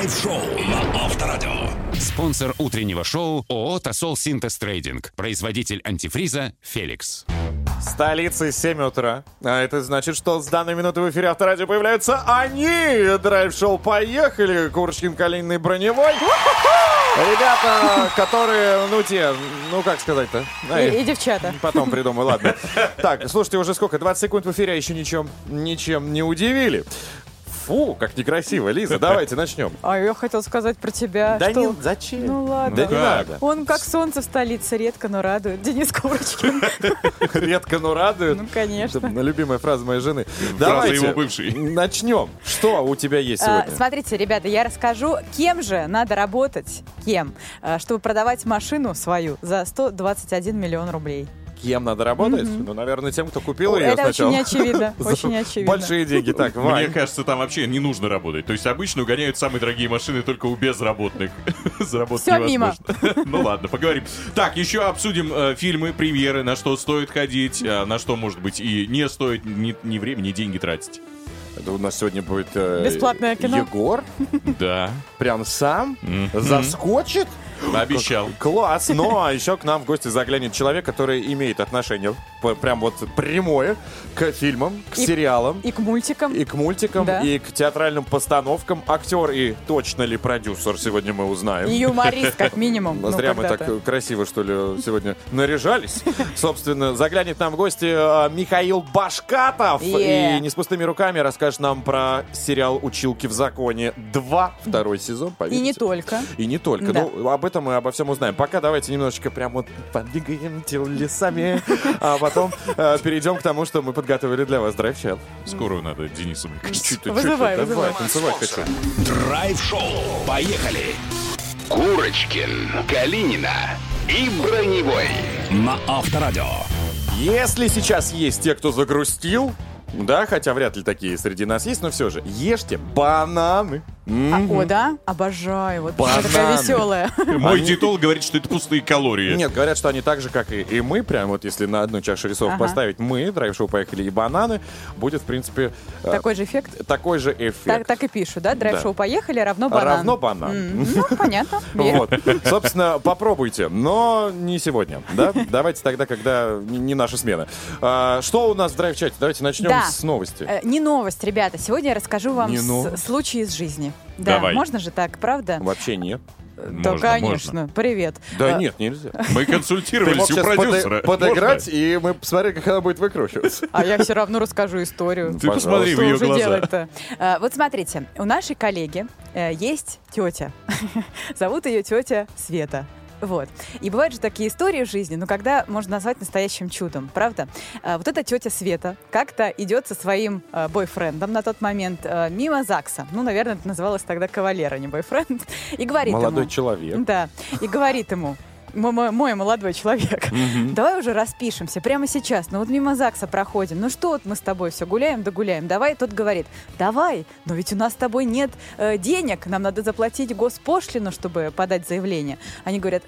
Драйв-шоу на Авторадио. Спонсор утреннего шоу ООО «Тосол Синтез Трейдинг». Производитель антифриза «Феликс». Столица 7 утра. А это значит, что с данной минуты в эфире Авторадио появляются они. Драйв-шоу «Поехали». Курочкин, Калинин, Броневой. Ребята, которые, как сказать-то? И девчата. Потом придумаю, ладно. Так, слушайте, уже сколько? 20 секунд в эфире, а еще ничем не удивили. Фу, как некрасиво, Лиза, давайте начнем. А я хотел сказать про тебя. Да что... не, зачем? Ну ладно. Да не надо. Он как солнце в столице, редко, но радует. Денис Курочкин. Редко, но радует. Ну, конечно. Это любимая фраза моей жены. Фраза Давайте его бывшей. начнем. Что у тебя есть сегодня? Смотрите, ребята, я расскажу, кем же надо работать, чтобы продавать машину свою за 121 миллион рублей. Кем надо работать? Ну, наверное, тем, кто купил ее Это сначала. очень очевидно, За очень очевидно. Большие деньги. Так, Мне Вань. кажется, там вообще не нужно работать. То есть обычно угоняют самые дорогие машины только у безработных. Заработать Всё мимо. невозможно. Ну ладно, поговорим. Так, еще обсудим фильмы, премьеры, на что стоит ходить, на что, может быть, и не стоит ни время, ни деньги тратить. Это у нас сегодня будет Бесплатное кино. Егор. Да, Прям сам заскочит. обещал. Класс. Но еще к нам в гости заглянет человек, который имеет отношение прям вот прямое к фильмам, к сериалам. И к мультикам. И к мультикам, Да. и к театральным постановкам. Актер и точно ли продюсер, сегодня мы узнаем. И юморист, как минимум. Ну, Зря мы когда-то. так красиво, что ли, сегодня наряжались. Собственно, заглянет нам в гости Михаил Башкатов. Yeah. И не с пустыми руками расскажет нам про сериал «Училки в законе 2». Второй сезон, И поверьте. не только. И не только. Да. Ну, об этом мы обо всем узнаем. Пока давайте немножечко прям вот подвигаем телесами, а потом перейдем к тому, что мы подготовили для вас. Драйв-чат. Скоро надо Денису, мне кажется. Вызывай. Давай, танцевать хочу. Драйв-шоу. Поехали. Курочкин, Калинина и Броневой. На Авторадио. Если сейчас есть те, кто загрустил, да, хотя вряд ли такие среди нас есть, но все же, ешьте бананы. О, да? Обожаю. Вот Бананы. такая веселая. Мой диетолог говорит, что это пустые калории. Нет, говорят, что они так же, как и мы, прям вот если на одну чашу весов Ага. поставить мы, драйв-шоу «Поехали» и бананы, будет, в принципе, Такой же эффект? такой же эффект. Так и пишут, да? Драйв-шоу Да. «Поехали» равно банан. Равно банан. Ну, понятно. Верю. Вот. Собственно, попробуйте, но не сегодня, да? Давайте тогда, когда не наша смена. Что у нас в драйв-чате? Давайте начнем Да. с новости. Не новость, ребята. Сегодня я расскажу вам Не новость? случай из жизни. Да, Давай. можно же так, правда? Вообще нет. Да, Можно, конечно. Привет. Да нет, нельзя. Мы Ты консультировались мог у сейчас продюсера. подыграть, и мы посмотрим, как она будет выкручиваться. А я все равно расскажу историю. Ты посмотри в Что ее уже глаза. делать-то? Вот смотрите, у нашей коллеги есть тетя. Зовут ее тетя Света. Вот. И бывают же такие истории в жизни, но когда можно назвать настоящим чудом, правда? Вот эта тетя Света как-то идет со своим бойфрендом на тот момент мимо ЗАГСа. Ну, наверное, это называлось тогда кавалер, а не бойфренд. И говорит Молодой ему... человек. Да. И говорит ему... Мой молодой человек, давай уже распишемся прямо сейчас. Ну вот мимо ЗАГСа проходим. Ну что вот мы с тобой все гуляем, да гуляем. Давай. Тот говорит, давай, но ведь у нас с тобой нет денег. Нам надо заплатить госпошлину, чтобы подать заявление. Они говорят,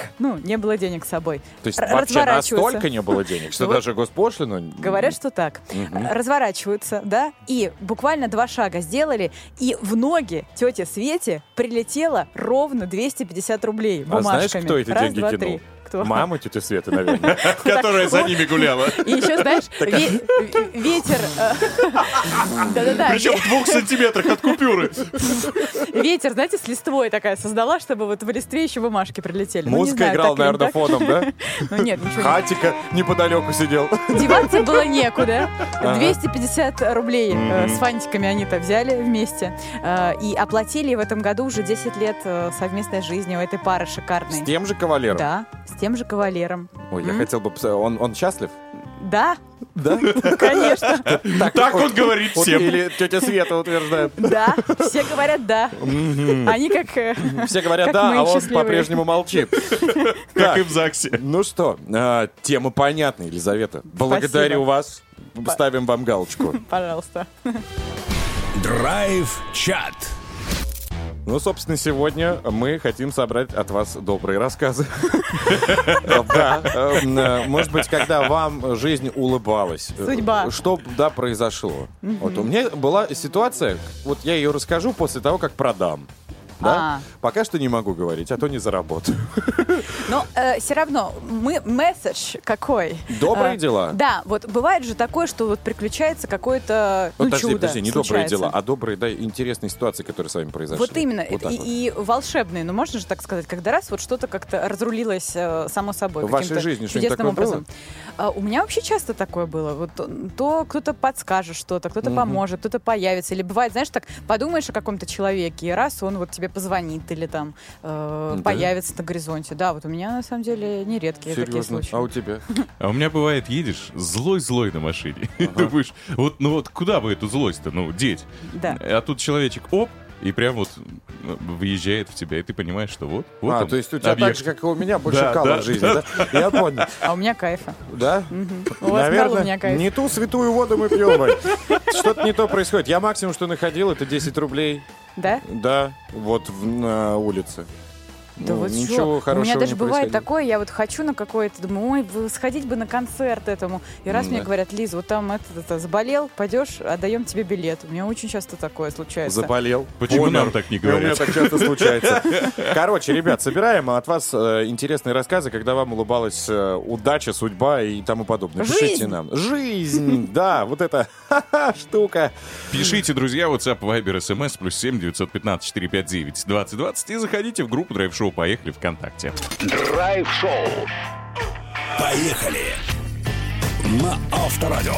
не было денег с собой. То есть вообще настолько не было денег, что Вот. даже госпошлину... Говорят, что так. Разворачиваются, да, и буквально 2 шага сделали, и в ноги тете Свете прилетело ровно 250 рублей А бумажками. знаешь, кто эти Раз, деньги два, кинул? три. Кто? Мама тети Светы, наверное. Которая за ними гуляла. И еще, знаешь, ветер... Да-да-да. Причем в 2 сантиметрах от купюры. Ветер, знаете, с листвой такая создала, чтобы вот в листве еще бумажки прилетели. Ну, не Музыка знаю, играла, так или не наверное, так. фоном, да? Ну нет, ничего не... Хатика неподалеку сидел. Деваться было некуда. Ага. 250 рублей с фантиками они-то взяли вместе. И оплатили в этом году уже 10 лет совместной жизни у этой пары шикарной. С тем же кавалером. Да, с тем же кавалером. Ой, я хотел бы... Он счастлив? Да, Да? конечно. Так он говорит всем. Или тетя Света утверждает. Да, все говорят да. Они как... Все говорят Как да, мы а он счастливые. по-прежнему молчит. Как Так, и в ЗАГСе. ну что, тема понятна, Елизавета. Благодарю вас. Ставим вам галочку. Пожалуйста. Драйв-чат. Ну, собственно, сегодня мы хотим собрать от вас добрые рассказы. Да. Может быть, когда вам жизнь улыбалась. Судьба. Что, да, произошло. Вот у меня была ситуация, вот я ее расскажу после того, как продам. Да? Пока что не могу говорить, а то не заработаю. Но все равно месседж какой? Добрые дела. Да, вот бывает же такое, что вот приключается какое-то чудо. Подожди, не добрые случается. дела, а добрые, да, интересные ситуации, которые с вами произошли. Вот именно, Вот так вот. и волшебные, ну можно же так сказать, когда раз вот что-то как-то разрулилось само собой. В вашей каким-то жизни что-нибудь чудесным такое образом. У меня вообще часто такое было. Вот то кто-то подскажет что-то, кто-то поможет, кто-то появится. Или бывает, знаешь, так подумаешь о каком-то человеке, и раз он вот тебе позвонит или там появится на горизонте. Да, вот у меня на самом деле нередкие такие Серьезно? случаи. А у тебя? А у меня бывает, едешь злой-злой на машине. И думаешь, вот куда бы эту злость-то, деть? Да. А тут человечек, оп, и прям вот выезжает в тебя, и ты понимаешь, что вот он, то есть у тебя объект. так же, как и у меня, больше Да, кала да, в жизни, да? Я понял. А у меня кайфа. Да? У вас мало, у меня кайф. не ту святую воду мы пьем, Вань. Что-то не то происходит. Я максимум, что находил, это 10 рублей. Да? Да, вот на улице. Да вот ничего что? У хорошего меня даже не бывает происходило. такое, я вот хочу на какое-то, думаю, ой, сходить бы на концерт этому. И раз мне говорят, Лиза, вот там это заболел, пойдешь, отдаем тебе билет. У меня очень часто такое случается. Заболел. Почему Умер. нам так не И у меня говорят? так часто случается. Короче, ребят, собираем от вас интересные рассказы, когда вам улыбалась удача, судьба и тому подобное. Жизнь. Пишите нам. Жизнь, да, вот эта штука. Пишите, друзья, WhatsApp, Viber, SMS, +7 915 459 2020 и заходите в группу Драйв Шоу «Поехали» ВКонтакте. Драйв-шоу. Поехали. На Авторадио.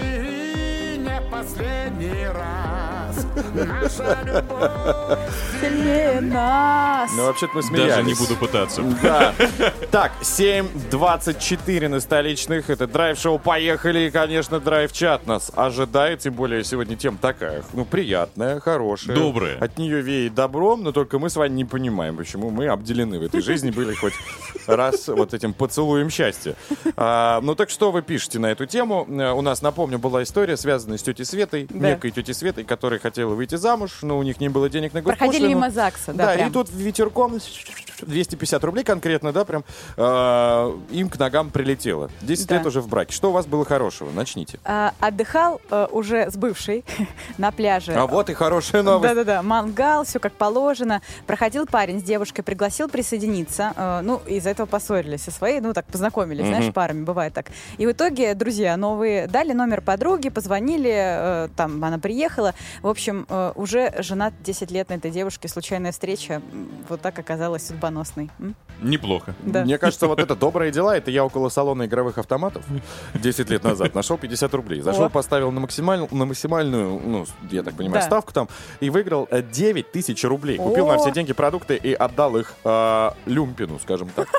Сильнее нас. Ну, вообще-то мы смеялись. Даже не буду пытаться. Да. Так, 7:24 на столичных. Это драйв-шоу «Поехали». И, конечно, драйв-чат нас ожидает. Тем более сегодня тема такая, приятная, хорошая. Добрая. От нее веет добром, но только мы с вами не понимаем, почему мы обделены в этой жизни были хоть раз вот этим поцелуем счастья. Так что вы пишете на эту тему? У нас, напомню, была история, связанная с тетей Светой, Да. некой тетей Светой, которая хотела выйти замуж, но у них не было денег на госпошлину. Проходили мимо ЗАГСа, да, Да, прям. и тут ветерком 250 рублей конкретно, да, прям им к ногам прилетело. 10 Да. лет уже в браке. Что у вас было хорошего? Начните. Отдыхал уже с бывшей на пляже. А вот и хорошая новость. Да-да-да, мангал, все как положено. Проходил парень с девушкой, пригласил присоединиться. Из-за этого поссорились со своей, так познакомились, знаешь, парами, бывает так. И в итоге друзья новые дали номер подруги, позвонили, там она приехала. В общем, уже женат 10 лет на этой девушке, случайная встреча. Вот так оказалась судьбоносной. Неплохо. Да. Мне кажется, вот это добрые дела. Это я около салона игровых автоматов 10 лет назад нашел 50 рублей. Зашел, О. поставил на максимальную, я так понимаю, Да. ставку там и выиграл 9 тысяч рублей. Купил на все деньги продукты и отдал их Люмпину, скажем так.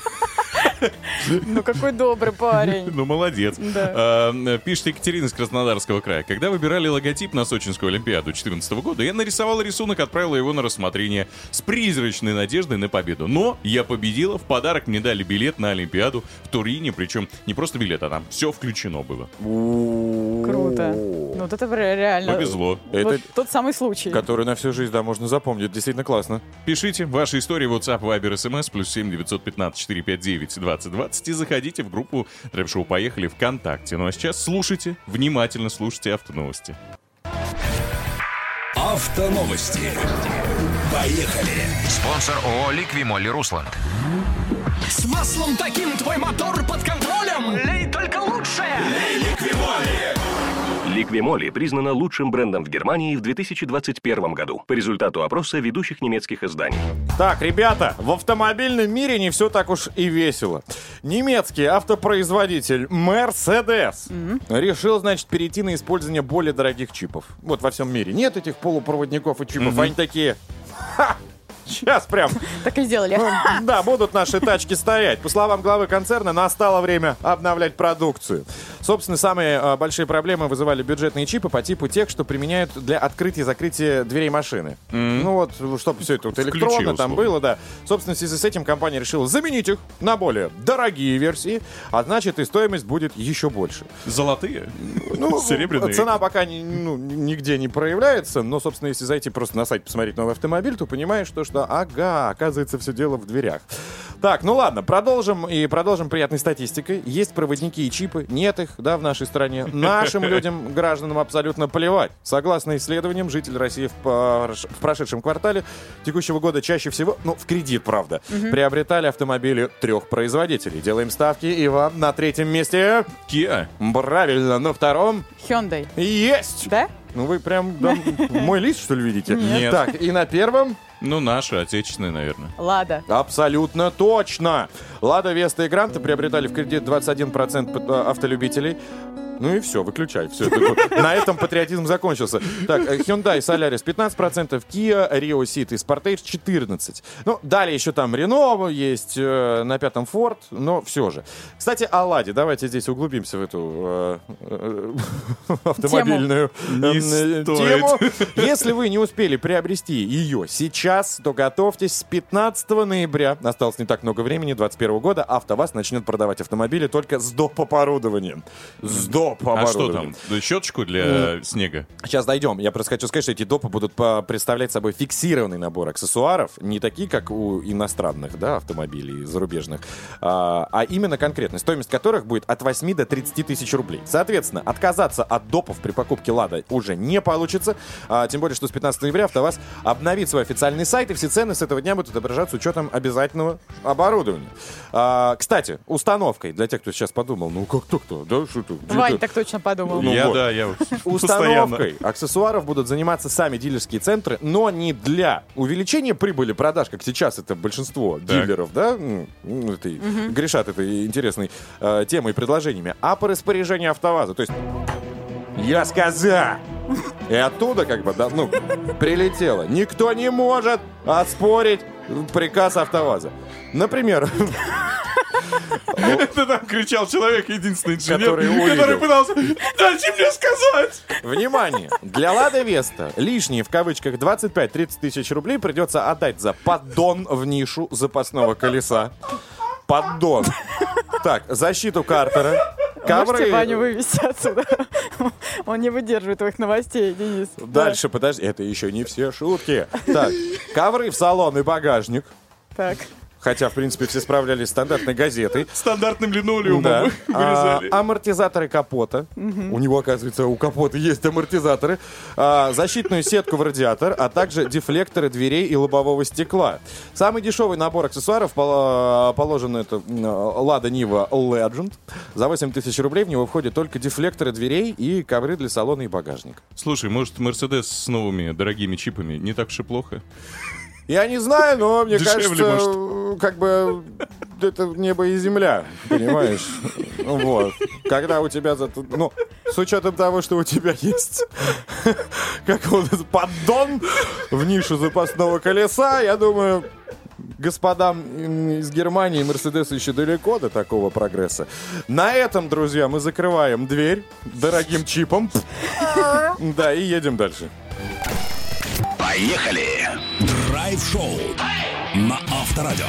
Ну, какой добрый парень. Ну, молодец. Да. Пишет Екатерина из Краснодарского края. Когда выбирали логотип на Сочинскую Олимпиаду 2014 года, я нарисовала рисунок, отправила его на рассмотрение с призрачной надеждой на победу. Но я победила. В подарок мне дали билет на Олимпиаду в Турине. Причем не просто билет, а там все включено было. Круто. Ну, вот это реально. Повезло. Вот Это- тот самый случай. Который на всю жизнь, да, можно запомнить. Действительно классно. Пишите ваши истории в WhatsApp, Viber, SMS, +7 915 459 2020 и заходите в группу Драйв Шоу «Поехали» ВКонтакте. Ну а сейчас слушайте, внимательно слушайте автоновости. Автоновости. Поехали. Спонсор ООО «Ликвимолли Русланд». С маслом таким твой мотор под контролем. Лей только лучшее. Ликвимолли признана лучшим брендом в Германии в 2021 году по результату опроса ведущих немецких изданий. Так, ребята, в автомобильном мире не все так уж и весело. Немецкий автопроизводитель Mercedes решил, значит, перейти на использование более дорогих чипов. Вот во всем мире нет этих полупроводников и чипов, они такие... Ха! Сейчас прям, Так и сделали. да, будут наши тачки стоять. По словам главы концерна, настало время обновлять продукцию. Собственно, самые большие проблемы вызывали бюджетные чипы по типу тех, что применяют для открытия и закрытия дверей машины. Ну вот, чтобы все это вот Ключи, электронно там условно. было, да. Собственно, в связи с этим компания решила заменить их на более дорогие версии, а значит и стоимость будет еще больше. Золотые? Ну, Серебряные? цена пока нигде не проявляется, но, собственно, если зайти просто на сайт посмотреть новый автомобиль, то понимаешь, что ага, оказывается, все дело в дверях. Так, ну ладно, продолжим приятной статистикой. Есть проводники и чипы, нет их, да, в нашей стране. Нашим людям, гражданам абсолютно плевать. Согласно исследованиям, жители России в прошедшем квартале текущего года чаще всего, в кредит, правда, приобретали автомобили 3 производителей. Делаем ставки, Иван, на 3-м месте. Kia. Правильно, на 2-м. Hyundai. Есть! Да? Ну вы прям мой лист, что ли, видите? Нет. Так, и на 1-м? Наши, отечественные, наверное. Лада. Абсолютно точно. Лада, Веста и Гранта приобретали в кредит 21% автолюбителей. Ну и все, выключай. Все, на этом патриотизм закончился. Так, Hyundai Solaris 15%, Kia Rio Ceed и Sportage 14%. Ну, далее еще там Renault есть, на 5-м Ford, но все же. Кстати, о Ладе. Давайте здесь углубимся в эту автомобильную тему. Если вы не успели приобрести ее сейчас, то готовьтесь. С 15 ноября, осталось не так много времени, 2021 года, АвтоВАЗ начнет продавать автомобили только с доп. Оборудованием. С доп. А что там? Щеточку для снега? Сейчас дойдем. Я просто хочу сказать, что эти допы будут представлять собой фиксированный набор аксессуаров, не такие, как у иностранных, да, автомобилей зарубежных, а именно конкретно, стоимость которых будет от 8 до 30 тысяч рублей. Соответственно, отказаться от допов при покупке «Лада» уже не получится, тем более, что с 15 ноября АвтоВАЗ обновит свой официальный сайт, и все цены с этого дня будут отображаться с учетом обязательного оборудования. Кстати, установкой, для тех, кто сейчас подумал, как так-то, да, что-то... Вань так точно подумал. Я Установкой аксессуаров будут заниматься сами дилерские центры, но не для увеличения прибыли продаж, как сейчас это большинство дилеров, да, грешат этой интересной темой и предложениями, а по распоряжению АвтоВАЗа. То есть я сказал, и оттуда прилетело. Никто не может оспорить приказ АвтоВАЗа. Например... Это там кричал человек, единственный инженер, который пытался: дайте мне сказать! Внимание! Для Лада Веста лишние, в кавычках, 25-30 тысяч рублей придется отдать за поддон в нишу запасного колеса. Поддон. Так, защиту картера. Можете Ваню вывести отсюда? Он не выдерживает твоих новостей, Денис. Дальше, подожди, это еще не все шутки. Так, ковры в салон и багажник. Так. Хотя, в принципе, все справлялись с стандартной газетой. Стандартным линолеумом вырезали. Амортизаторы капота. У него, оказывается, у капота есть амортизаторы. Защитную сетку в радиатор, а также дефлекторы дверей и лобового стекла. Самый дешевый набор аксессуаров положен это Lada Niva Legend. За 8 тысяч рублей в него входят только дефлекторы дверей и ковры для салона и багажника. Слушай, может, Mercedes с новыми дорогими чипами не так уж и плохо? Я не знаю, но мне дешевле, кажется, может. как бы это небо и земля, понимаешь? Вот. Когда у тебя с учетом того, что у тебя есть поддон в нишу запасного колеса, я думаю, господам из Германии Мерседесу еще далеко до такого прогресса. На этом, друзья, мы закрываем дверь дорогим чипом. Да, и едем дальше. Поехали! Драйв-шоу на Авторадио.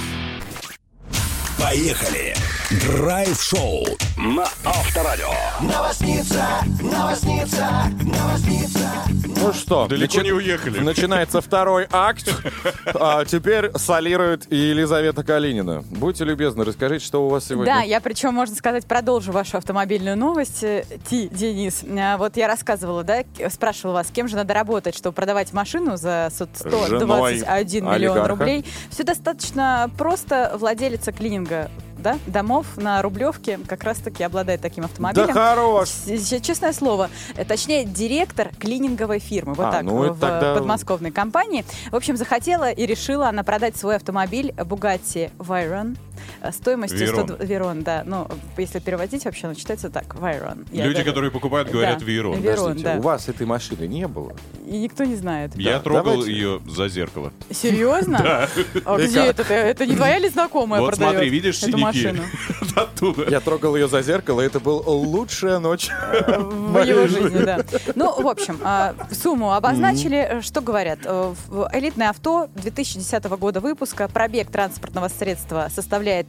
Поехали! Драйв-шоу на Авторадио. Новостница. Ну что, далеко не уехали. Начинается второй акт. А теперь солирует Елизавета Калинина. Будьте любезны, расскажите, что у вас сегодня. Да, я причем, можно сказать, продолжу вашу автомобильную новость. Денис. Вот я рассказывала, да, спрашивала вас, кем же надо работать, чтобы продавать машину за 121 миллион рублей. Все достаточно просто. Владелица клининга, да, домов на Рублевке как раз-таки обладает таким автомобилем. Да хорош! Честное слово. Точнее, директор клининговой фирмы. Вот так, в подмосковной компании. В общем, захотела и решила она продать свой автомобиль Bugatti Veyron стоимостью Veyron, да. Ну, если переводить, вообще оно читается так, Veyron. Люди, которые покупают, говорят Veyron. Подождите, да. У вас этой машины не было? И никто не знает. Я трогал ее за зеркало. Серьезно? Да. А где это? Это не твоя ли знакомая вот продает смотри, видишь эту синяки? машину? Оттуда. Я трогал ее за зеркало, и это была лучшая ночь в его жизни, да. Ну, в общем, сумму обозначили. Что говорят? Элитное авто 2010 года выпуска. Пробег транспортного средства составляет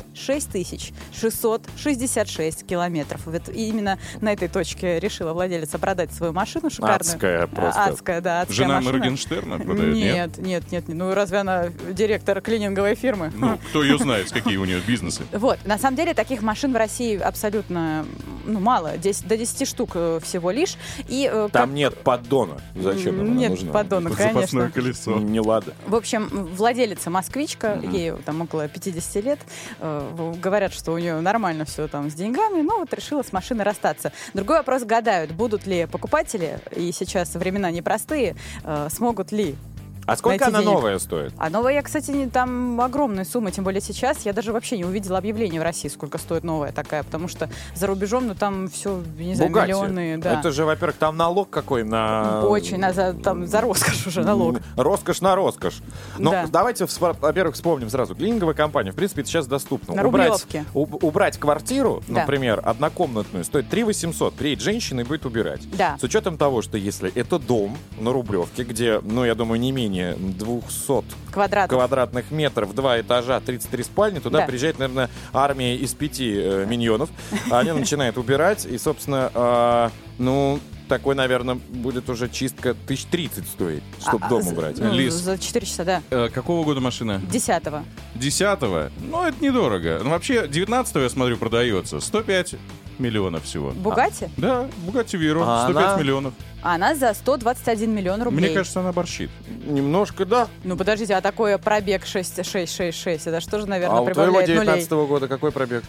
666 километров. Вот именно на этой точке решила владелица продать свою машину шикарную. Адская просто. Адская Жена машина. Моргенштерна продает, нет? Нет. Ну, разве она директор клининговой фирмы? Ну, кто ее знает, какие у нее бизнесы. Вот, на самом деле таких машин в России абсолютно мало, до 10 штук всего лишь. И, Там нет поддона. Зачем она Нет нужна? поддона, конечно. колесо. Не ладно. В общем, владелица москвичка, ей там около 50 лет, говорят, что у нее нормально все там с деньгами, но вот решила с машиной расстаться. Другой вопрос, гадают, будут ли покупатели, и сейчас времена непростые, смогут ли. А сколько она новая стоит? А новая, кстати, там огромная сумма, тем более сейчас. Я даже вообще не увидела объявление в России, сколько стоит новая такая, потому что за рубежом, там все, не знаю, Бугатти. миллионы. Да. Это же, во-первых, там налог какой на... Очень, там за роскошь уже налог. Роскошь на роскошь. Но Да. давайте, во-первых, вспомним сразу. Клининговая компания, в принципе, это сейчас доступна. На Рублевке. Убрать квартиру, Да. например, однокомнатную, стоит 3 800. Приедет женщина и будет убирать. Да. С учетом того, что если это дом на Рублевке, где, я думаю, не менее 200 квадратных метров, 2 этажа, 33 спальни, туда Да. приезжает, наверное, армия из 5 миньонов. Они начинают убирать, и, собственно, такой, наверное, будет уже чистка 1030 стоить, чтобы дом убрать. Лиз. За 4 часа, да. Какого года машина? 10-го. 10-го? Ну, это недорого. Ну, вообще, 19-го, я смотрю, продается. 105 миллионов всего. Бугатти? Да, Bugatti Veyron, А 105 она- миллионов. Она за 121 миллион рублей. Мне кажется, она борщит. Немножко, да. Ну, подождите, а такое пробег 666, это что же, наверное, А у твоего прибавляет нулей? 19-го года какой пробег?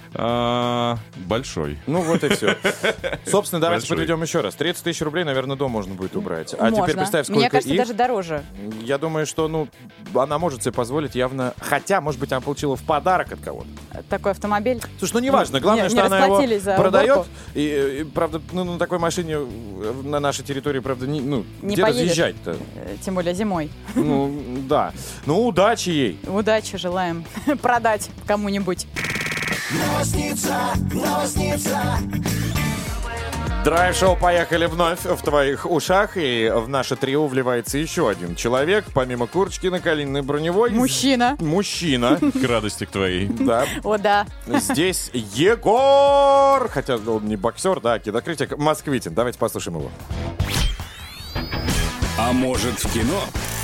Большой. Ну вот и все. Собственно, давайте Большой. подведем еще раз. 30 тысяч рублей, наверное, дом можно будет убрать. А Можно. теперь представь, сколько Мне кажется, их. даже дороже. Я думаю, что, она может себе позволить явно... Хотя, может быть, она получила в подарок от кого-то. Такой автомобиль. Слушай, неважно. Главное, не что она его расплатились за продает. уборку. И, правда, на такой машине на нашей территории, правда, Не где поедешь. разъезжать-то? Тем более зимой. Да. Удачи ей. Удачи желаем продать кому-нибудь. Драйв-шоу «Поехали» вновь в твоих ушах. И в наше трио вливается еще один человек. Помимо Курочкина, Калининой, Броневой. Мужчина. Мужчина. К радости к твоей. Да. О, да. Здесь Егор. Хотя он не боксер, да, кинокритик. Москвитин. Давайте послушаем его. А может, в кино?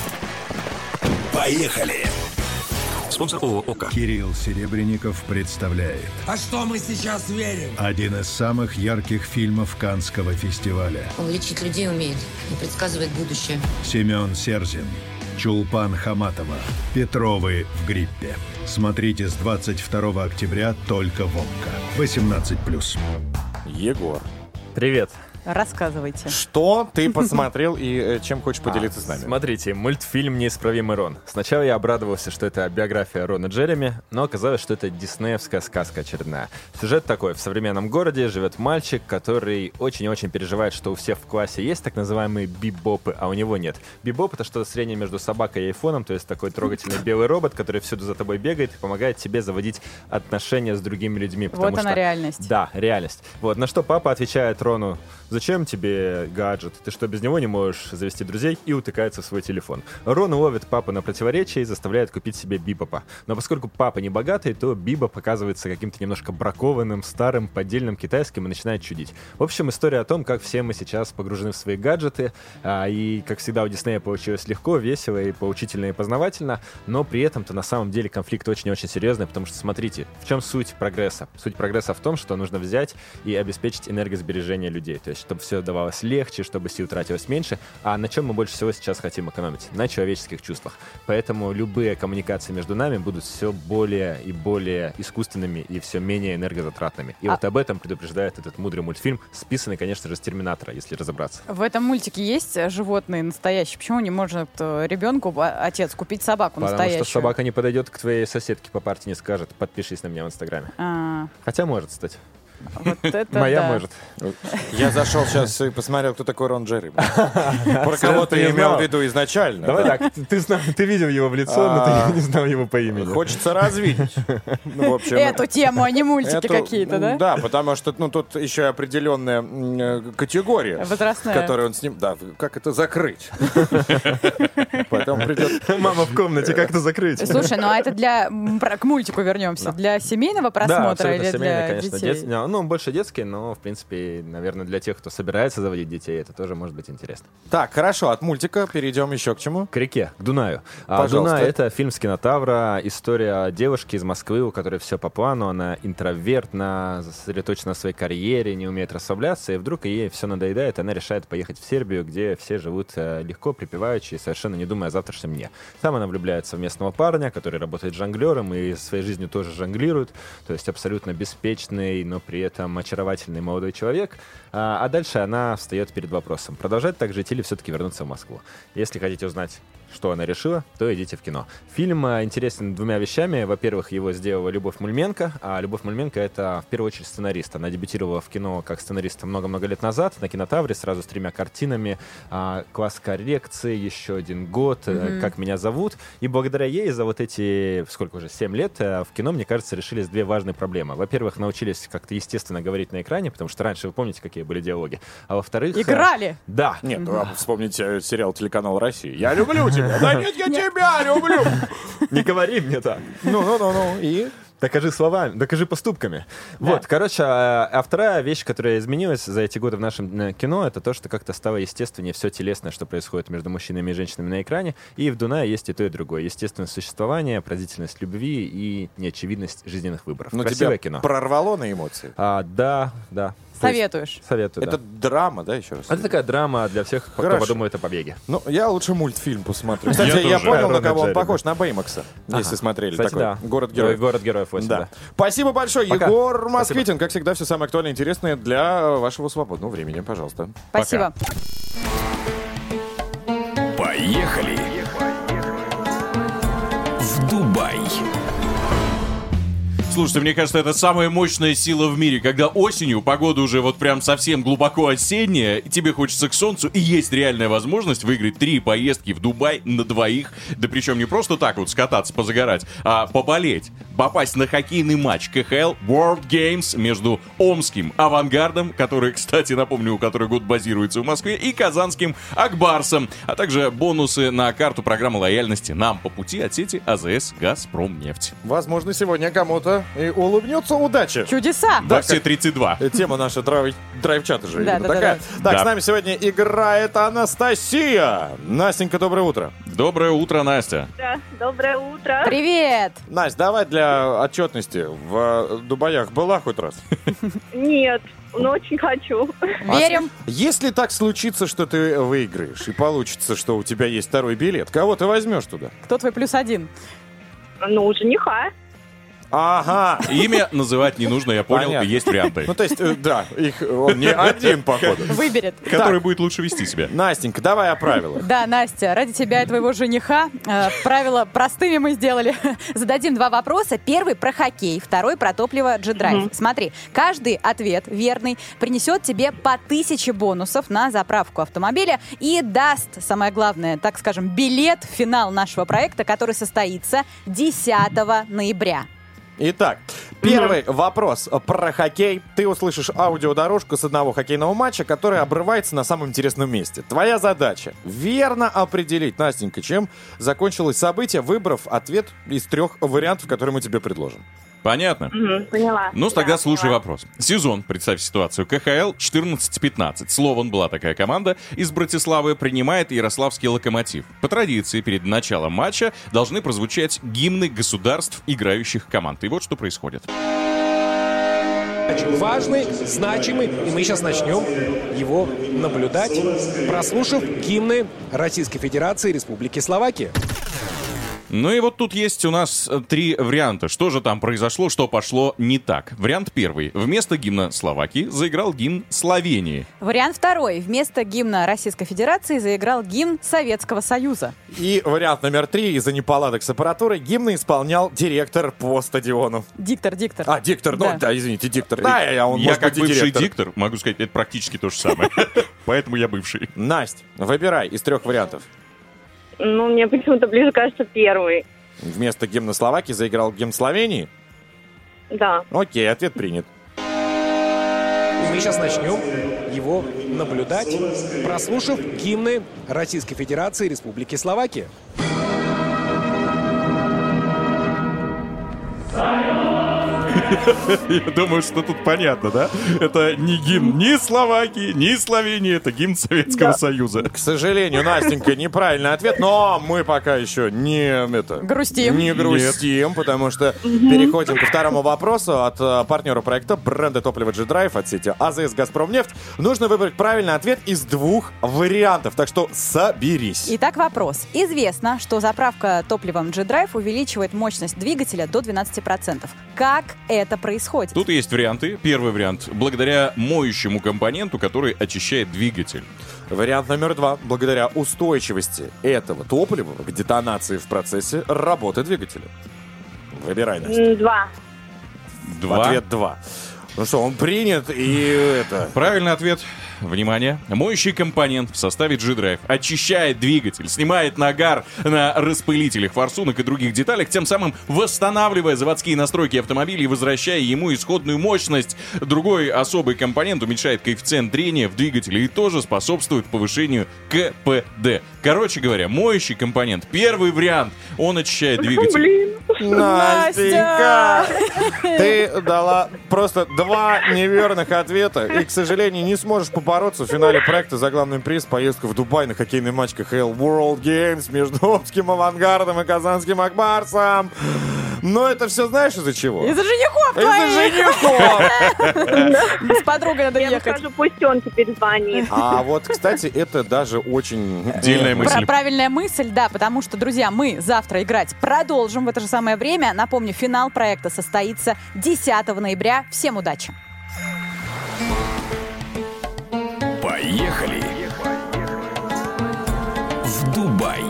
Поехали! Спонсор ООО «ОК». Кирилл Серебренников представляет А что мы сейчас верим? один из самых ярких фильмов Каннского фестиваля. Он лечить людей умеет и предсказывает будущее. Семен Серзин, Чулпан Хаматова, Петровы в гриппе. Смотрите с 22 октября только в ОККО. 18+. Егор. Привет. Рассказывайте. Что ты посмотрел и чем хочешь поделиться с нами? Смотрите, мультфильм «Неисправимый Рон». Сначала я обрадовался, что это биография Рона Джереми, но оказалось, что это диснеевская сказка очередная. Сюжет такой. В современном городе живет мальчик, который очень-очень переживает, что у всех в классе есть так называемые бибопы, а у него нет. Бибоп — это что-то среднее между собакой и айфоном, то есть такой трогательный белый робот, который всюду за тобой бегает и помогает тебе заводить отношения с другими людьми. Вот она реальность. Да, реальность. Вот, на что папа отвечает Рону: «Зачем тебе гаджет? Ты что, без него не можешь завести друзей?» И утыкается в свой телефон. Рон ловит папу на противоречие и заставляет купить себе Бибопа. Но поскольку папа не богатый, то Бибоп оказывается каким-то немножко бракованным, старым, поддельным китайским и начинает чудить. В общем, история о том, как все мы сейчас погружены в свои гаджеты, и, как всегда, у Диснея получилось легко, весело и поучительно и познавательно, но при этом-то на самом деле конфликт очень-очень серьезный, потому что, смотрите, в чем суть прогресса? Суть прогресса в том, что нужно взять и обеспечить энергосбережение людей, то есть чтобы все давалось легче, чтобы сил тратилось меньше. А на чем мы больше всего сейчас хотим экономить? На человеческих чувствах. Поэтому любые коммуникации между нами будут все более и более искусственными и все менее энергозатратными. И вот об этом предупреждает этот мудрый мультфильм, списанный, конечно же, с «Терминатора», если разобраться. В этом мультике есть животные настоящие? Почему не может ребенку отец купить собаку настоящую? Потому что собака не подойдет к твоей соседке по парте, не скажет: «Подпишись на меня в Инстаграме». Хотя может, кстати. Вот это Моя да. может. Я зашел сейчас и посмотрел, кто такой Рон Джерри. Про кого ты имел в виду изначально. Давай так, ты видел его в лицо, но ты не знал его по имени. Хочется развидеть. В общем, Эту тему, а не мультики какие-то, да? Да, потому что тут еще определенная категория. Возрастная. Которую он с ним... Да, как это закрыть? Потом придет... Мама в комнате, как это закрыть? Слушай, ну а это к мультику вернемся. Для семейного просмотра или для детей? Ну, больше детский, но, в принципе, наверное, для тех, кто собирается заводить детей, это тоже может быть интересно. Так, хорошо, от мультика перейдем еще к чему? К реке, к Дунаю. Пожалуйста. Дунай — это фильм с кинотавра, история девушки из Москвы, у которой все по плану, она интровертна, сосредоточена на своей карьере, не умеет расслабляться, и вдруг ей все надоедает, и она решает поехать в Сербию, где все живут легко, припеваючи, совершенно не думая о завтрашнем дне. Там она влюбляется в местного парня, который работает жонглером и своей жизнью тоже жонглирует, то есть абсолютно беспечный, но при этом очаровательный молодой человек. А дальше она встает перед вопросом, продолжать так жить или все-таки вернуться в Москву. Если хотите узнать, что она решила, то идите в кино. Фильм интересен двумя вещами. Во-первых, его сделала Любовь Мульменко, а Любовь Мульменко — это, в первую очередь, сценарист. Она дебютировала в кино как сценарист много-много лет назад на Кинотавре, сразу с 3 картинами, «Класс коррекции», «Еще один год», «Как меня зовут». И благодаря ей за вот эти, сколько уже, 7 лет в кино, мне кажется, решились 2 важные проблемы. Во-первых, научились как-то естественно говорить на экране, потому что раньше, вы помните, какие были диалоги. А во-вторых... Играли! Да. Нет, вспомните сериал «Телеканал Россия». «Я люблю тебя». Да нет, я тебя люблю. Не говори мне так. Ну, и... Докажи словами, докажи поступками. Да. Вот, короче, а вторая вещь, которая изменилась за эти годы в нашем кино, это то, что как-то стало естественнее все телесное, что происходит между мужчинами и женщинами на экране. И в «Дунае» есть и то, и другое. Естественное существование, поразительность любви и неочевидность жизненных выборов. Но красивое тебя кино. Прорвало на эмоции? Да. Советуешь? Советую, Это драма, да, еще раз? Это такая драма для всех, кто подумает о побеге. Ну, я лучше мультфильм посмотрю. Кстати, я понял, на кого он похож. На Бэймакса, если смотрели. Кстати, такой. да. Город-героев. Город-героев 8, да. Спасибо большое. Пока. Егор Москвитин. Как всегда, все самое актуальное и интересное для вашего свободного времени. Пожалуйста. Спасибо. Поехали! В Дубай. Слушайте, мне кажется, это самая мощная сила в мире, когда осенью погода уже вот прям совсем глубоко осенняя, и тебе хочется к солнцу, и есть реальная возможность выиграть 3 поездки в Дубай на 2. Да причем не просто так вот скататься, позагорать, а поболеть, попасть на хоккейный матч КХЛ World Games между Омским Авангардом, который, кстати, напомню, который год базируется в Москве, и Казанским Акбарсом, а также бонусы на карту программы лояльности нам по пути от сети АЗС Газпромнефть. Возможно, сегодня кому-то и улыбнется удача. Чудеса! Во все 32. Тема наша драйв-чата же. Да. Так, с нами сегодня играет Анастасия. Настенька, доброе утро. Доброе утро, Настя. Да, доброе утро. Привет! Настя, давай для отчетности. В Дубаях была хоть раз? Нет, но очень хочу. Верим. Если так случится, что ты выиграешь, и получится, что у тебя есть 2 билет, кого ты возьмешь туда? Кто твой +1? Ну, жениха. Ага. Имя называть не нужно, я понял, Понятно. есть варианты. Ну, то есть, да, их он не один, походу. Выберет. Который будет лучше вести себя. Настенька, давай о правилах. Да, Настя, ради тебя и твоего жениха правила простыми мы сделали. Зададим 2 вопроса. Первый про хоккей, второй про топливо G-Drive. Смотри, каждый ответ верный принесет тебе по 1000 бонусов на заправку автомобиля и даст, самое главное, так скажем, билет в финал нашего проекта, который состоится 10 ноября. Итак, первый вопрос про хоккей. Ты услышишь аудиодорожку с одного хоккейного матча, который обрывается на самом интересном месте. Твоя задача — верно определить, Настенька, чем закончилось событие, выбрав ответ из 3 вариантов, которые мы тебе предложим. Понятно? Поняла. Ну, тогда Да, слушай поняла. вопрос. Сезон, представь ситуацию, КХЛ 14-15. Слован была такая команда. Из Братиславы принимает Ярославский Локомотив. По традиции, перед началом матча должны прозвучать гимны государств, играющих команд. И вот что происходит. Очень важный, значимый, и мы сейчас начнем его наблюдать, прослушав гимны Российской Федерации и Республики Словакия. Ну и вот тут есть у нас 3 варианта. Что же там произошло, что пошло не так? Вариант первый. Вместо гимна Словакии заиграл гимн Словении. Вариант второй. Вместо гимна Российской Федерации заиграл гимн Советского Союза. И вариант номер 3. Из-за неполадок с аппаратурой гимны исполнял директор по стадиону. Диктор. А, диктор, Да. ну да, извините, диктор. Да, он Я может как быть и бывший директор. диктор могу сказать, это практически то же самое. Поэтому я бывший. Настя, выбирай из 3 вариантов. Ну, мне почему-то ближе кажется первый. Вместо гимна Словакии заиграл гимн Словении? Да. Окей, ответ принят. И мы сейчас начнем его наблюдать, прослушав гимны Российской Федерации и Республики Словакия. Я думаю, что тут понятно, да? Это не гимн ни Словакии, ни Словении, это гимн Советского Союза. К сожалению, Настенька, неправильный ответ, но мы пока еще не грустим, потому что переходим ко второму вопросу от партнера проекта бренда топлива G-Drive от сети АЗС «Газпромнефть». Нужно выбрать правильный ответ из 2 вариантов, так что соберись. Итак, вопрос. Известно, что заправка топливом G-Drive увеличивает мощность двигателя до 12%. Как это происходит? Тут есть варианты. Первый вариант. Благодаря моющему компоненту, который очищает двигатель. Вариант номер 2. Благодаря устойчивости этого топлива к детонации в процессе работы двигателя. Выбирай, Настя. 2. 2. Ответ 2. Ну что, он принят, и это... Правильный ответ. Внимание. Моющий компонент в составе G-Drive очищает двигатель, снимает нагар на распылителях, форсунок и других деталях, тем самым восстанавливая заводские настройки автомобиля и возвращая ему исходную мощность. Другой особый компонент уменьшает коэффициент трения в двигателе и тоже способствует повышению КПД. Короче говоря, моющий компонент. Первый вариант. Он очищает двигатель. Настенька! Ты дала просто 2 неверных ответа и, к сожалению, не сможешь побороться в финале проекта за главный приз поездку в Дубай на хоккейный матч КХЛ World Games между Омским «Авангардом» и Казанским «Акбарсом». Но это все знаешь из-за чего? Из-за женихов Из-за женихов! С подругой надо Я ехать. скажу, пусть он теперь звонит. А вот, кстати, это даже очень... Дельная мысль. Правильная мысль, да, потому что, друзья, мы завтра играть продолжим в это же самое время. Напомню, финал проекта состоится 10 ноября. Всем удачи! Поехали в Дубай.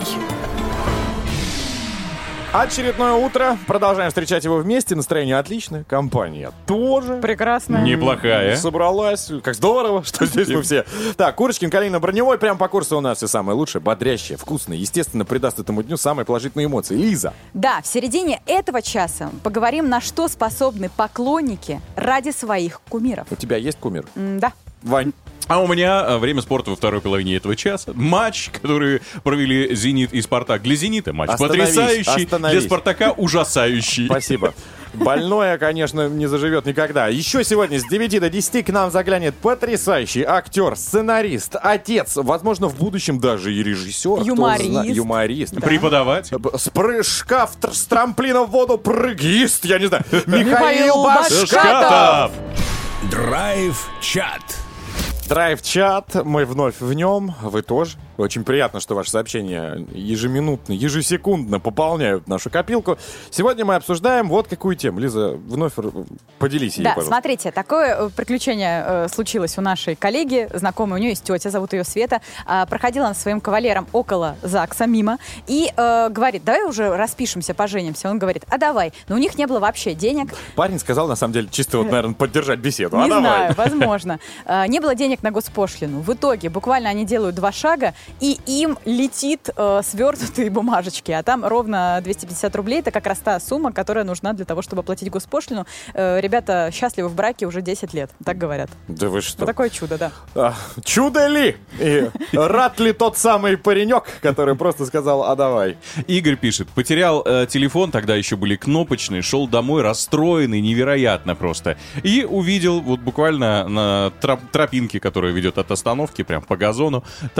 Очередное утро. Продолжаем встречать его вместе. Настроение отличное. Компания тоже. Прекрасно. Неплохая. Собралась. Как здорово, что здесь мы все. Так, Курочкин, Калинина-Броневой. Прям по курсу у нас все самое лучшее. Бодрящее, вкусное. Естественно, придаст этому дню самые положительные эмоции. Лиза. Да, в середине этого часа поговорим, на что способны поклонники ради своих кумиров. У тебя есть кумир? Да. Вань. А у меня время спорта во второй половине этого часа. Матч, который провели «Зенит» и «Спартак». Для «Зенита» матч потрясающий, для «Спартака» ужасающий. Спасибо. Больное, конечно, не заживет никогда. Еще сегодня с 9 до 10 к нам заглянет потрясающий актер, сценарист, отец, возможно, в будущем даже и режиссер. Юморист. Да. Преподаватель. С прыжка с трамплина в воду прыгист, я не знаю. Михаил Башкатов. Драйв-чат. Драйв-чат, мы вновь в нем, вы тоже. Очень приятно, что ваши сообщения ежеминутно, ежесекундно пополняют нашу копилку. Сегодня мы обсуждаем вот какую тему. Лиза, вновь поделись ей, пожалуйста. Смотрите, такое приключение случилось у нашей коллеги, знакомой, у нее есть тетя, зовут ее Света. Проходила она со своим кавалером около ЗАГСа, мимо, и говорит, давай уже распишемся, поженимся. Он говорит, а давай. Но у них не было вообще денег. Парень сказал, на самом деле, чисто вот, наверное, поддержать беседу. Не давай. знаю, возможно. Не было денег на госпошлину. В итоге буквально они делают 2 шага, и им летит свернутые бумажечки. А там ровно 250 рублей. Это как раз та сумма, которая нужна для того, чтобы оплатить госпошлину. Ребята счастливы в браке уже 10 лет. Так говорят. Да вы что? Вот такое чудо, да. Чудо ли? И рад ли тот самый паренек, который просто сказал, а давай? Игорь пишет, потерял телефон, тогда еще были кнопочные, шел домой расстроенный, невероятно просто. И увидел вот буквально на тропинке, которая ведет от остановки прям по газону, там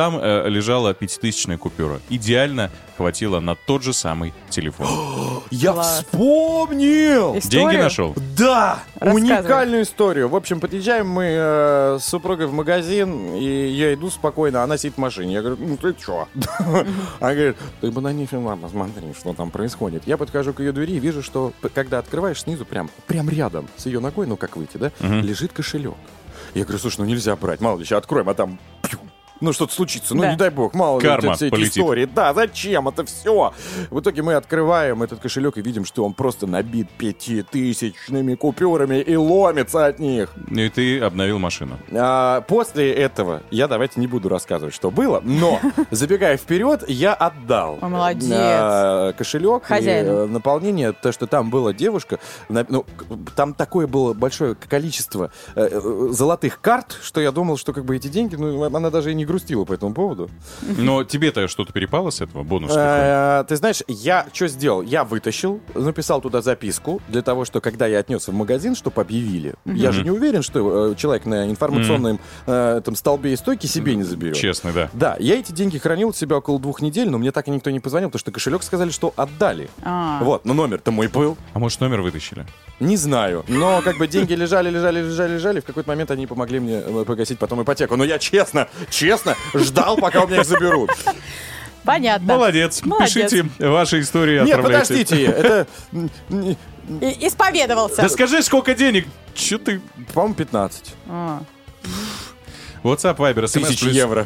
лежала 5000-я купюра. Идеально хватило на тот же самый телефон. Я вспомнил! Деньги нашел? Да! Рассказывай. Уникальную историю. В общем, подъезжаем мы с супругой в магазин, и я иду спокойно, она сидит в машине. Я говорю, ну ты чё? Она говорит, ты бы на них посмотри, что там происходит. Я подхожу к ее двери и вижу, что когда открываешь снизу, прям рядом с ее ногой, ну как выйти, да, лежит кошелек. Я говорю, слушай, ну нельзя брать, мало ли, сейчас откроем, а там... Ну, что-то случится, ну, не дай бог, мало ли все эти истории. Да, зачем это все? В итоге мы открываем этот кошелек и видим, что он просто набит 5000-ными купюрами и ломится от них. И ты обновил машину. После этого, я давайте не буду рассказывать, что было, но, забегая вперед, я отдал кошелек хозяину. И наполнение, то, что там была девушка, ну, там такое было большое количество золотых карт, что я думал, что как бы эти деньги, ну, она даже и не грустила по этому поводу. Но тебе-то что-то перепало с этого? Бонус? Ты знаешь, я что сделал? Я вытащил, написал туда записку для того, что когда я отнес в магазин, чтобы объявили. Я же не уверен, что человек на информационном там столбе и стойке себе не заберет. Честно, да. Да, я эти деньги хранил у себя около 2 недель, но мне так и никто не позвонил, потому что кошелек сказали, что отдали. Вот, но номер-то мой был. А может, номер вытащили? Не знаю, но как бы деньги лежали, в какой-то момент они помогли мне погасить потом ипотеку. Но я честно ждал, пока у меня их заберут. Понятно. Молодец. Пишите ваши истории. Нет, подождите, это... Исповедовался. Да скажи, сколько денег? Че ты... По-моему, 15. WhatsApp, Viber, SMS. 1000 евро.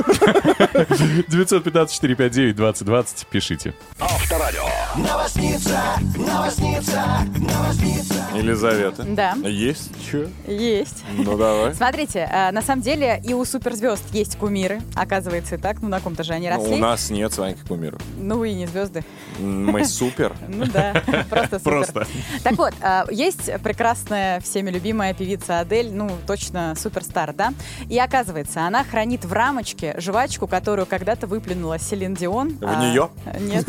915-459-2020. Пишите. Авторадио. Новосница. Елизавета. Да. Есть что? Есть. Ну, давай. Смотрите, на самом деле и у суперзвезд есть кумиры. Оказывается, и так. Ну, на ком-то же они росли. У нас нет с вами кумиров. Ну, вы и не звезды. Мы супер. Ну да, просто супер. Так вот, есть прекрасная, всеми любимая певица Адель, ну, точно суперстар, да? И оказывается, она хранит в рамочке жвачку, которую когда-то выплюнула Селин Дион. В нее? Нет.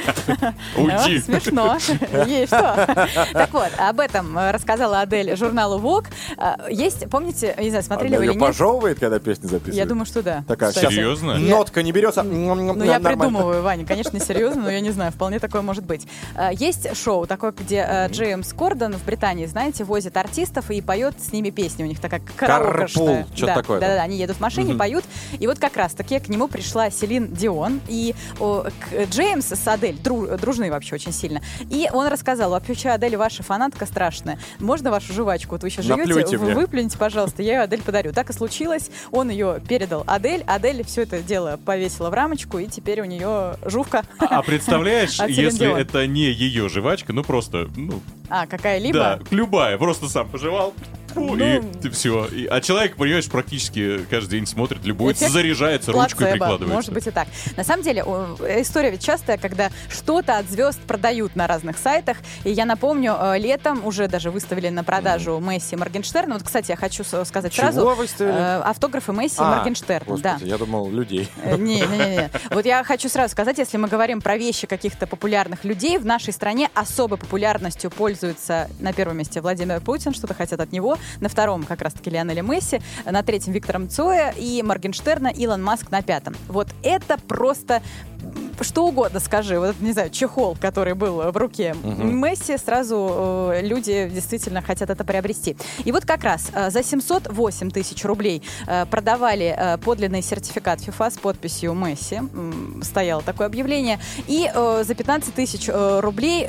Уйди. Смешно. Есть что. Так вот, об этом рассказала Адель журналу Vogue. Есть, помните, не знаю, смотрели вы или нет? нет? Пожевывает, когда песни записывает? Я думаю, что да. Такая, серьезно? Нотка не берется. Ну, я придумываю, Ваня, конечно, серьезно, но я не знаю, вполне такое может быть. Есть шоу такое, где Джеймс Корден в Британии, знаете, возит артистов и поет с ними песни. У них такая караоке-шная. Что-то такое. Да, они едут в машине, поют. И вот как раз-таки к нему пришла Селин Дион. И Джеймс с Адель дружны вообще очень сильно. И он рассказал: вообще, Адель, ваша фанатка страшная. Можно вашу жвачку? Вот вы сейчас живете, выплюните, пожалуйста, я ее Адель подарю. Так и случилось. Он ее передал Адель. Адель все это дело повесила в рамочку, и теперь у нее жувка. А представляешь, если это не ее жвачка, ну просто... какая-либо? Да, любая, просто сам пожевал. И все. А человек, понимаешь, практически каждый день смотрит, любуется, заряжается, ручку и прикладывается. Может быть и так. На самом деле, история ведь частая, когда что-то от звезд продают на разных сайтах. И я напомню, летом уже даже выставили на продажу Месси и Моргенштерна. Вот, кстати, я хочу сказать сразу. Чего выставили? Автографы Месси и Моргенштерна. Господи, да. Я думал, людей. Не. Вот я хочу сразу сказать, если мы говорим про вещи каких-то популярных людей, в нашей стране особой популярностью пользуется на первом месте Владимир Путин, что-то хотят от него. На втором как раз-таки Лионель Месси, на третьем Виктором Цоя и Моргенштерна, Илон Маск на пятом. Вот это просто... Что угодно скажи, вот, не знаю, чехол, который был в руке Месси, сразу люди действительно хотят это приобрести. И вот как раз за 708 тысяч рублей продавали подлинный сертификат FIFA с подписью Месси, стояло такое объявление, и за 15 тысяч рублей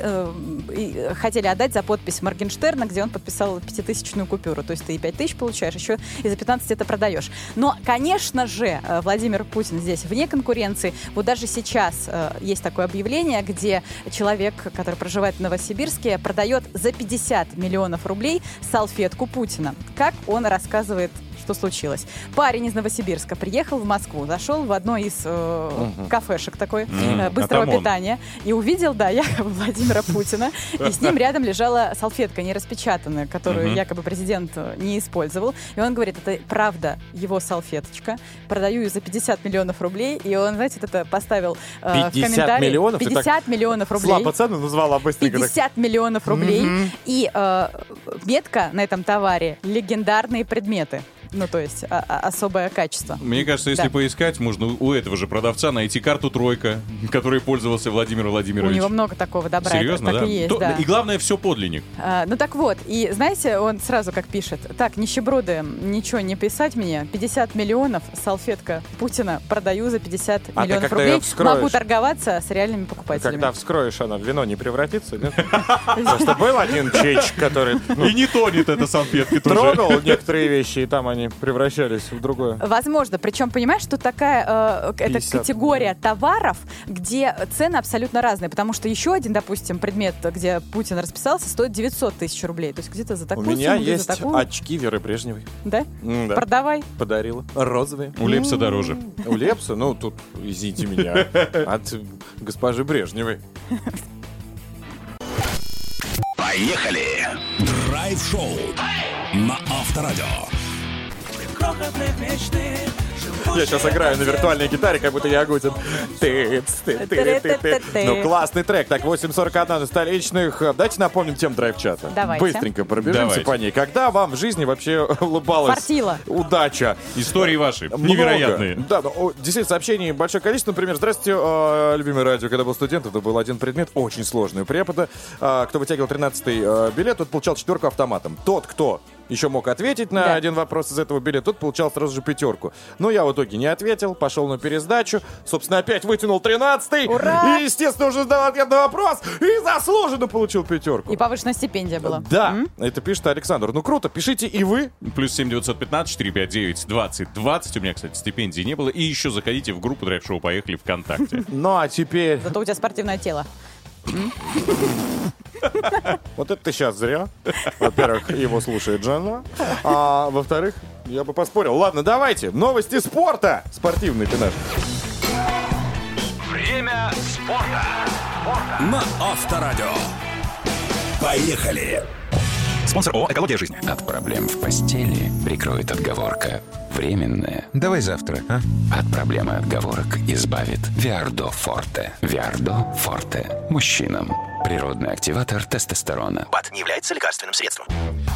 хотели отдать за подпись Моргенштерна, где он подписал 5000-ную купюру, то есть ты и 5000 получаешь, еще и за 15 это продаешь. Но, конечно же, Владимир Путин здесь вне конкуренции. Вот даже сейчас есть такое объявление, где человек, который проживает в Новосибирске, продает за 50 миллионов рублей салфетку Путина. Как он рассказывает, что случилось. Парень из Новосибирска приехал в Москву, зашел в одно из кафешек такой быстрого питания и увидел, якобы Владимира Путина, и с ним рядом лежала салфетка нераспечатанная, которую якобы президент не использовал. И он говорит, это правда его салфеточка, продаю ее за 50 миллионов рублей, и он, знаете, это поставил в комментарии. 50 миллионов рублей. Слабо цену назвала быстренько. 50 миллионов рублей. И метка на этом товаре — легендарные предметы. Ну, то есть особое качество. Мне кажется, если Да. поискать, можно у этого же продавца найти карту «Тройка», которой пользовался Владимир У Владимирович. него много такого добра. Серьезно, так да? и есть, да. И главное, все подлинник. Ну так вот, и знаете, он сразу как пишет: так, нищеброды, ничего не писать мне, 50 миллионов, салфетка Путина, продаю за 50 А ты миллионов когда её рублей, вскроешь? могу торговаться с реальными покупателями. Когда вскроешь, она в вино не превратится, нет? Просто был один чечек, который И не тонет эта салфетка тоже. трогал некоторые вещи, и там они превращались в другое. Возможно. Причем, понимаешь, тут такая это 50. категория товаров, где цены абсолютно разные. Потому что еще один, допустим, предмет, где Путин расписался, стоит 900 тысяч рублей. То есть где-то за У такую меня сумму, где-то есть за такую. очки Веры Брежневой. Да? Да. Продавай. Подарила. Розовые. У Лепса дороже. У Лепса? Ну, тут, извините меня, от госпожи Брежневой. Поехали! Драйв-шоу на Авторадио. Я сейчас играю на виртуальной гитаре, как будто я Агутин. Ну, классный трек. Так, 8:41 на столичных. Давайте напомним тему драйв-чата. Давайте. Быстренько пробежимся Давайте. по ней. Когда вам в жизни вообще улыбалась Фартило. удача? Истории ваши. Много. Невероятные. Да, действительно, сообщений большое количество. Например, здравствуйте, любимое радио. Когда был студент, это был один предмет, очень сложный у препода. Кто вытягивал 13-й билет, тот получал 4 автоматом. Тот, кто еще мог ответить на один вопрос из этого билета, тот получал сразу же 5. Но я в итоге не ответил, пошел на пересдачу, собственно, опять вытянул 13-й. Ура! И, естественно, уже задал ответ на вопрос и заслуженно получил 5. И повышенная стипендия была. Да, это пишет Александр. Ну круто, пишите и вы. Плюс 7-915-459-20-20. У меня, кстати, стипендии не было. И еще заходите в группу Драйв-шоу «Поехали» ВКонтакте. Ну а теперь... Зато у тебя спортивное тело. Вот это ты сейчас зря. Во-первых, его слушает жена. А во-вторых, я бы поспорил. Ладно, давайте. Новости спорта. Спортивный ты наш. Время спорта. На Авторадио. Поехали! Спонсор ООО «Экология жизни». От проблем в постели прикроет отговорка. Временная. Давай завтра, а? От проблемы отговорок избавит Виардо Форте. Виардо Форте. Мужчинам. Природный активатор тестостерона. БАД не является лекарственным средством.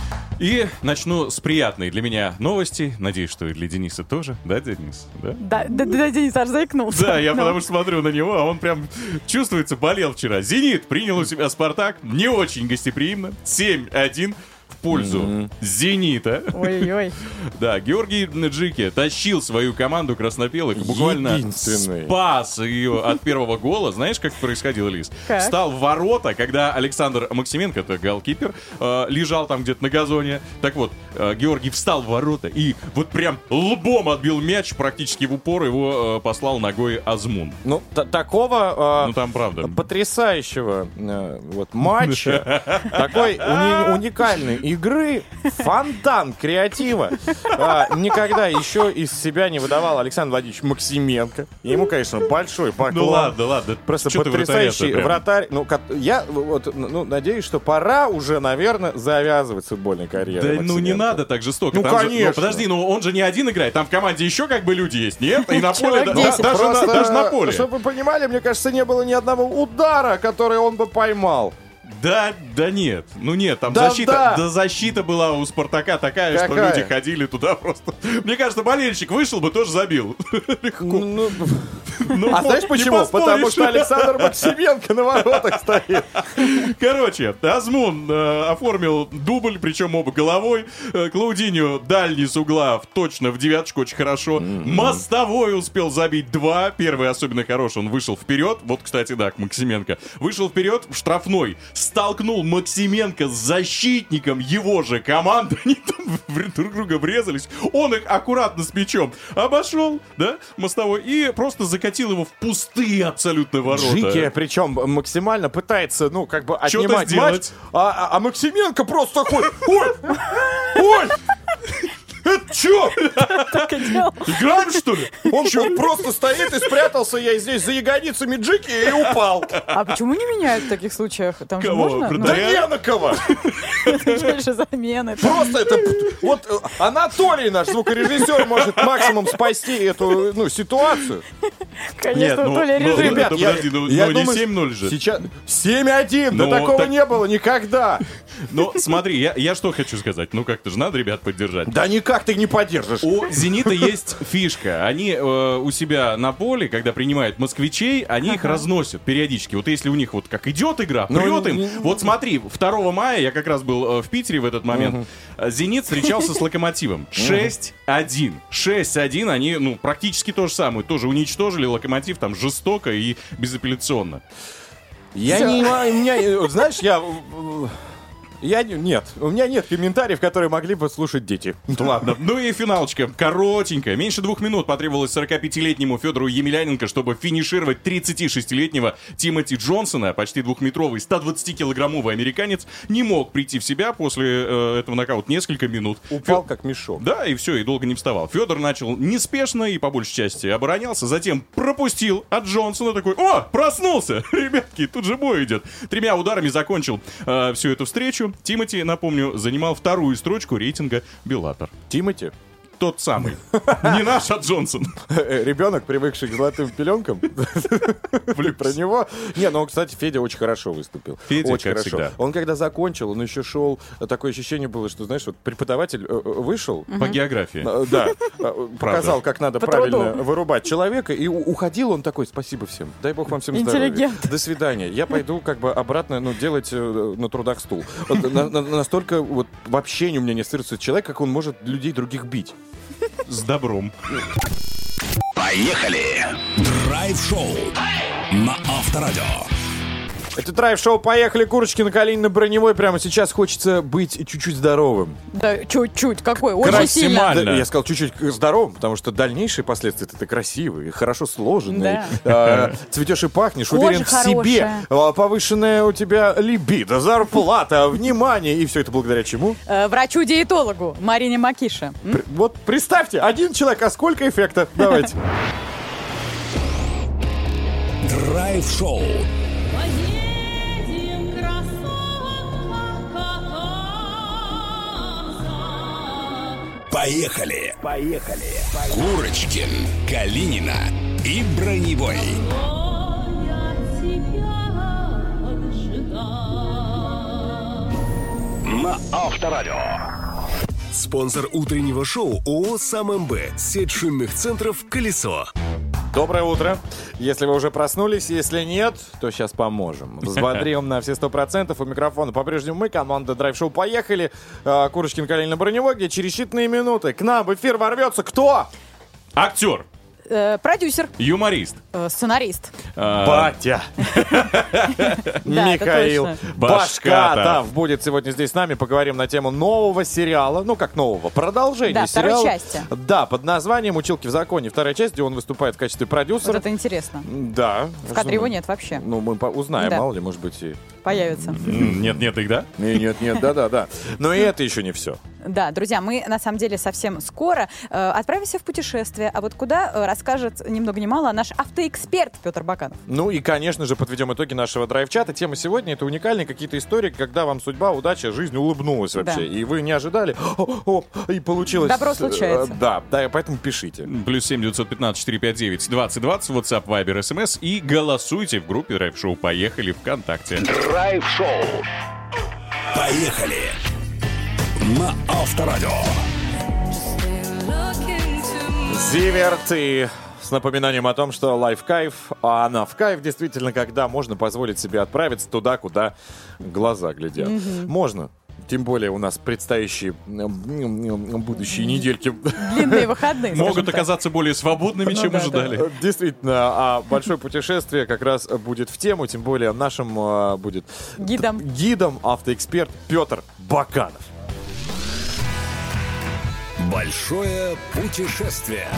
И начну с приятной для меня новости. Надеюсь, что и для Дениса тоже. Да, Денис? Да? Да, Денис аж заикнулся. Да, я Ну. потому что смотрю на него, а он прям чувствуется, болел вчера. «Зенит» принял у себя «Спартак» не очень гостеприимно. 7-1 в пользу «Зенита». Ой-ой. Да, Георгий Джики тащил свою команду краснопелых, буквально Единственный. спас ее от первого гола. Знаешь, как происходило, Лиз? Как? Встал в ворота, когда Александр Максименко, это голкипер, лежал там где-то на газоне. Так вот, Георгий встал в ворота и вот прям лбом отбил мяч практически в упор, его послал ногой Азмун. Ну, такого Ну там правда. потрясающего вот матча, такой уникальной игры, фонтан креатива никогда еще из себя не выдавал Александр Владимирович Максименко. И ему, конечно, большой поклон. Ну ладно. Просто Чё ты потрясающий вратаря-то прям? вратарь. Ну, я вот, надеюсь, что пора уже, наверное, завязывать с футбольной карьерой Да ну не Максименко. надо так жестоко. Ну, Там же- конечно. подожди, он же не один играет. Там в команде еще как бы люди есть, нет? И на поле, Человек 10. Просто, на поле. чтобы вы понимали, мне кажется, не было ни одного удара, который он бы поймал. Да нет. Ну нет, там Да, защита. да. Да защита была у Спартака такая, что Какая? люди ходили туда просто. Мне кажется, болельщик вышел бы, тоже забил. Ну, Ну, а знаешь не почему? поспоришь. Потому что Александр Максименко на воротах стоит. Короче, Азмун оформил дубль, причем оба головой. Клаудиньо дальний с угла точно в девяточку, очень хорошо. Мостовой успел забить 2. Первый особенно хороший, он вышел вперед. Вот, кстати, да, к Максименко. Вышел вперед в штрафной. Столкнул Максименко с защитником его же команды. Они там друг друга врезались. Он их аккуратно с мячом обошел, да, Мостовой, и просто закатил его в пустые абсолютно ворота. Джики, причем максимально пытается, ну, как бы Что-то отнимать матч. сделать. А Максименко просто такой: ой! Это чё? Так и делал. Играем, что ли? Он что, просто стоит и спрятался, я здесь за ягодицами Джики и упал. А почему не меняют в таких случаях? Там же Кого? можно? Ну, Да не на кого. есть же замены. Просто это... Вот Анатолий, наш звукорежиссер, может максимум спасти эту, ну, ситуацию. Конечно, ну, Толя ну, режим. Ребят, подожди, ну я не думаю, 7-0 же. Сейчас 7-1, да Ну, такого так- не было никогда. Но смотри, я что хочу сказать. Ну, как-то же надо ребят поддержать. Да никак ты не поддержишь. У «Зенита» есть фишка. Они у себя на поле, когда принимают москвичей, они их разносят периодически. Вот если у них вот как идет игра, прет им. Вот смотри, 2 мая, я как раз был в Питере в этот момент, «Зенит» встречался с «Локомотивом». 6-1. 6-1, они, ну, практически то же самое. Тоже уничтожили «Локомотив» там жестоко и безапелляционно. Нет, у меня нет комментариев, которые могли бы слушать дети. Ладно. Ну и финалочка. Коротенькая. Меньше 2 минут потребовалось 45-летнему Федору Емельяненко, чтобы финишировать 36-летнего Тимоти Джонсона. Почти 2-метровый, 120-килограммовый американец не мог прийти в себя после этого нокаута несколько минут. Упал как мешок. Да, и все, и долго не вставал. Федор начал неспешно и по большей части оборонялся, затем пропустил от Джонсона такой: «О, проснулся! Ребятки, тут же бой идет!» 3 ударами закончил всю эту встречу. Тимоти, напомню, занимал 2-ю строчку рейтинга Беллатор. Тимоти? Тот самый. Не наш, а Джонсон. Ребенок, привыкший к золотым пеленкам. Про него. Не, ну, кстати, Федя очень хорошо выступил. Федя, очень как хорошо. всегда. Он когда закончил, он еще шел. Такое ощущение было, что, знаешь, вот преподаватель вышел. По географии. Да. Показал, как надо правильно вырубать человека. И уходил он такой: «Спасибо всем. Дай бог вам всем здоровья. До свидания. Я пойду как бы обратно, делать на трудах стул». Настолько вот в общении у меня не остается человек, как он может людей других бить. С добром. Поехали! Драйв-шоу на Авторадио. Это драйв-шоу «Поехали!» Курочкин, Калинина, Броневой. Прямо сейчас хочется быть чуть-чуть здоровым. Да, чуть-чуть. Какой? Очень сильно. Да, я сказал чуть-чуть здоровым, потому что дальнейшие последствия — ты красивый, хорошо сложенный. Да. Цветешь и пахнешь, уверен в себе. Повышенная у тебя либидо, зарплата, внимание. И все это благодаря чему? Врачу-диетологу Марине Макише. Вот представьте, один человек, а сколько эффекта? Давайте. Драйв-шоу. Поехали! Поехали! Курочкин, Калинина и Броневой. На Авторадио. Спонсор утреннего шоу ООО «СамМБ». Сеть шинных центров «Колесо». Доброе утро. Если вы уже проснулись, если нет, то сейчас поможем. Взбодрим на все 100%. У микрофона по-прежнему мы, команда драйв-шоу «Поехали». Курочкин, Калинина, Броневой, где через считанные минуты к нам в эфир ворвется кто? Актер. Продюсер. Юморист. Сценарист. Батя. Михаил Башкатов будет сегодня здесь с нами. Поговорим на тему нового сериала. Ну, как нового? Продолжение сериала. Второй части. Да, под названием «Училки в законе». 2-я часть, где он выступает в качестве продюсера. Вот это интересно. Да. В кадре его нет вообще. Ну, мы узнаем, мало ли, может быть, и... Появится. Нет, их, да? Нет, да. Но и это еще не все. Да, друзья, мы на самом деле совсем скоро отправимся в путешествие. А вот куда расскажет ни много ни мало наш автоэксперт Петр Баканов. Ну и, конечно же, подведем итоги нашего драйв-чата. Тема сегодня — это уникальные какие-то истории, когда вам судьба, удача, жизнь улыбнулась вообще. Да. И вы не ожидали, и получилось... Добро случается. Да, поэтому пишите. +7 915 459 2020, WhatsApp, Viber, SMS и голосуйте в группе Драйв-шоу «Поехали» ВКонтакте. Драйв-шоу. Поехали! На Авторадио. Зиверт и с напоминанием о том, что лайф кайф, а она в кайф действительно, когда можно позволить себе отправиться туда, куда глаза глядят. Можно. Тем более у нас предстоящие будущие недельки. Длинные выходные. Могут оказаться более свободными, чем ожидали. Действительно, а большое путешествие как раз будет в тему, тем более нашим будет гидом автоэксперт Петр Баканов. Большое путешествие.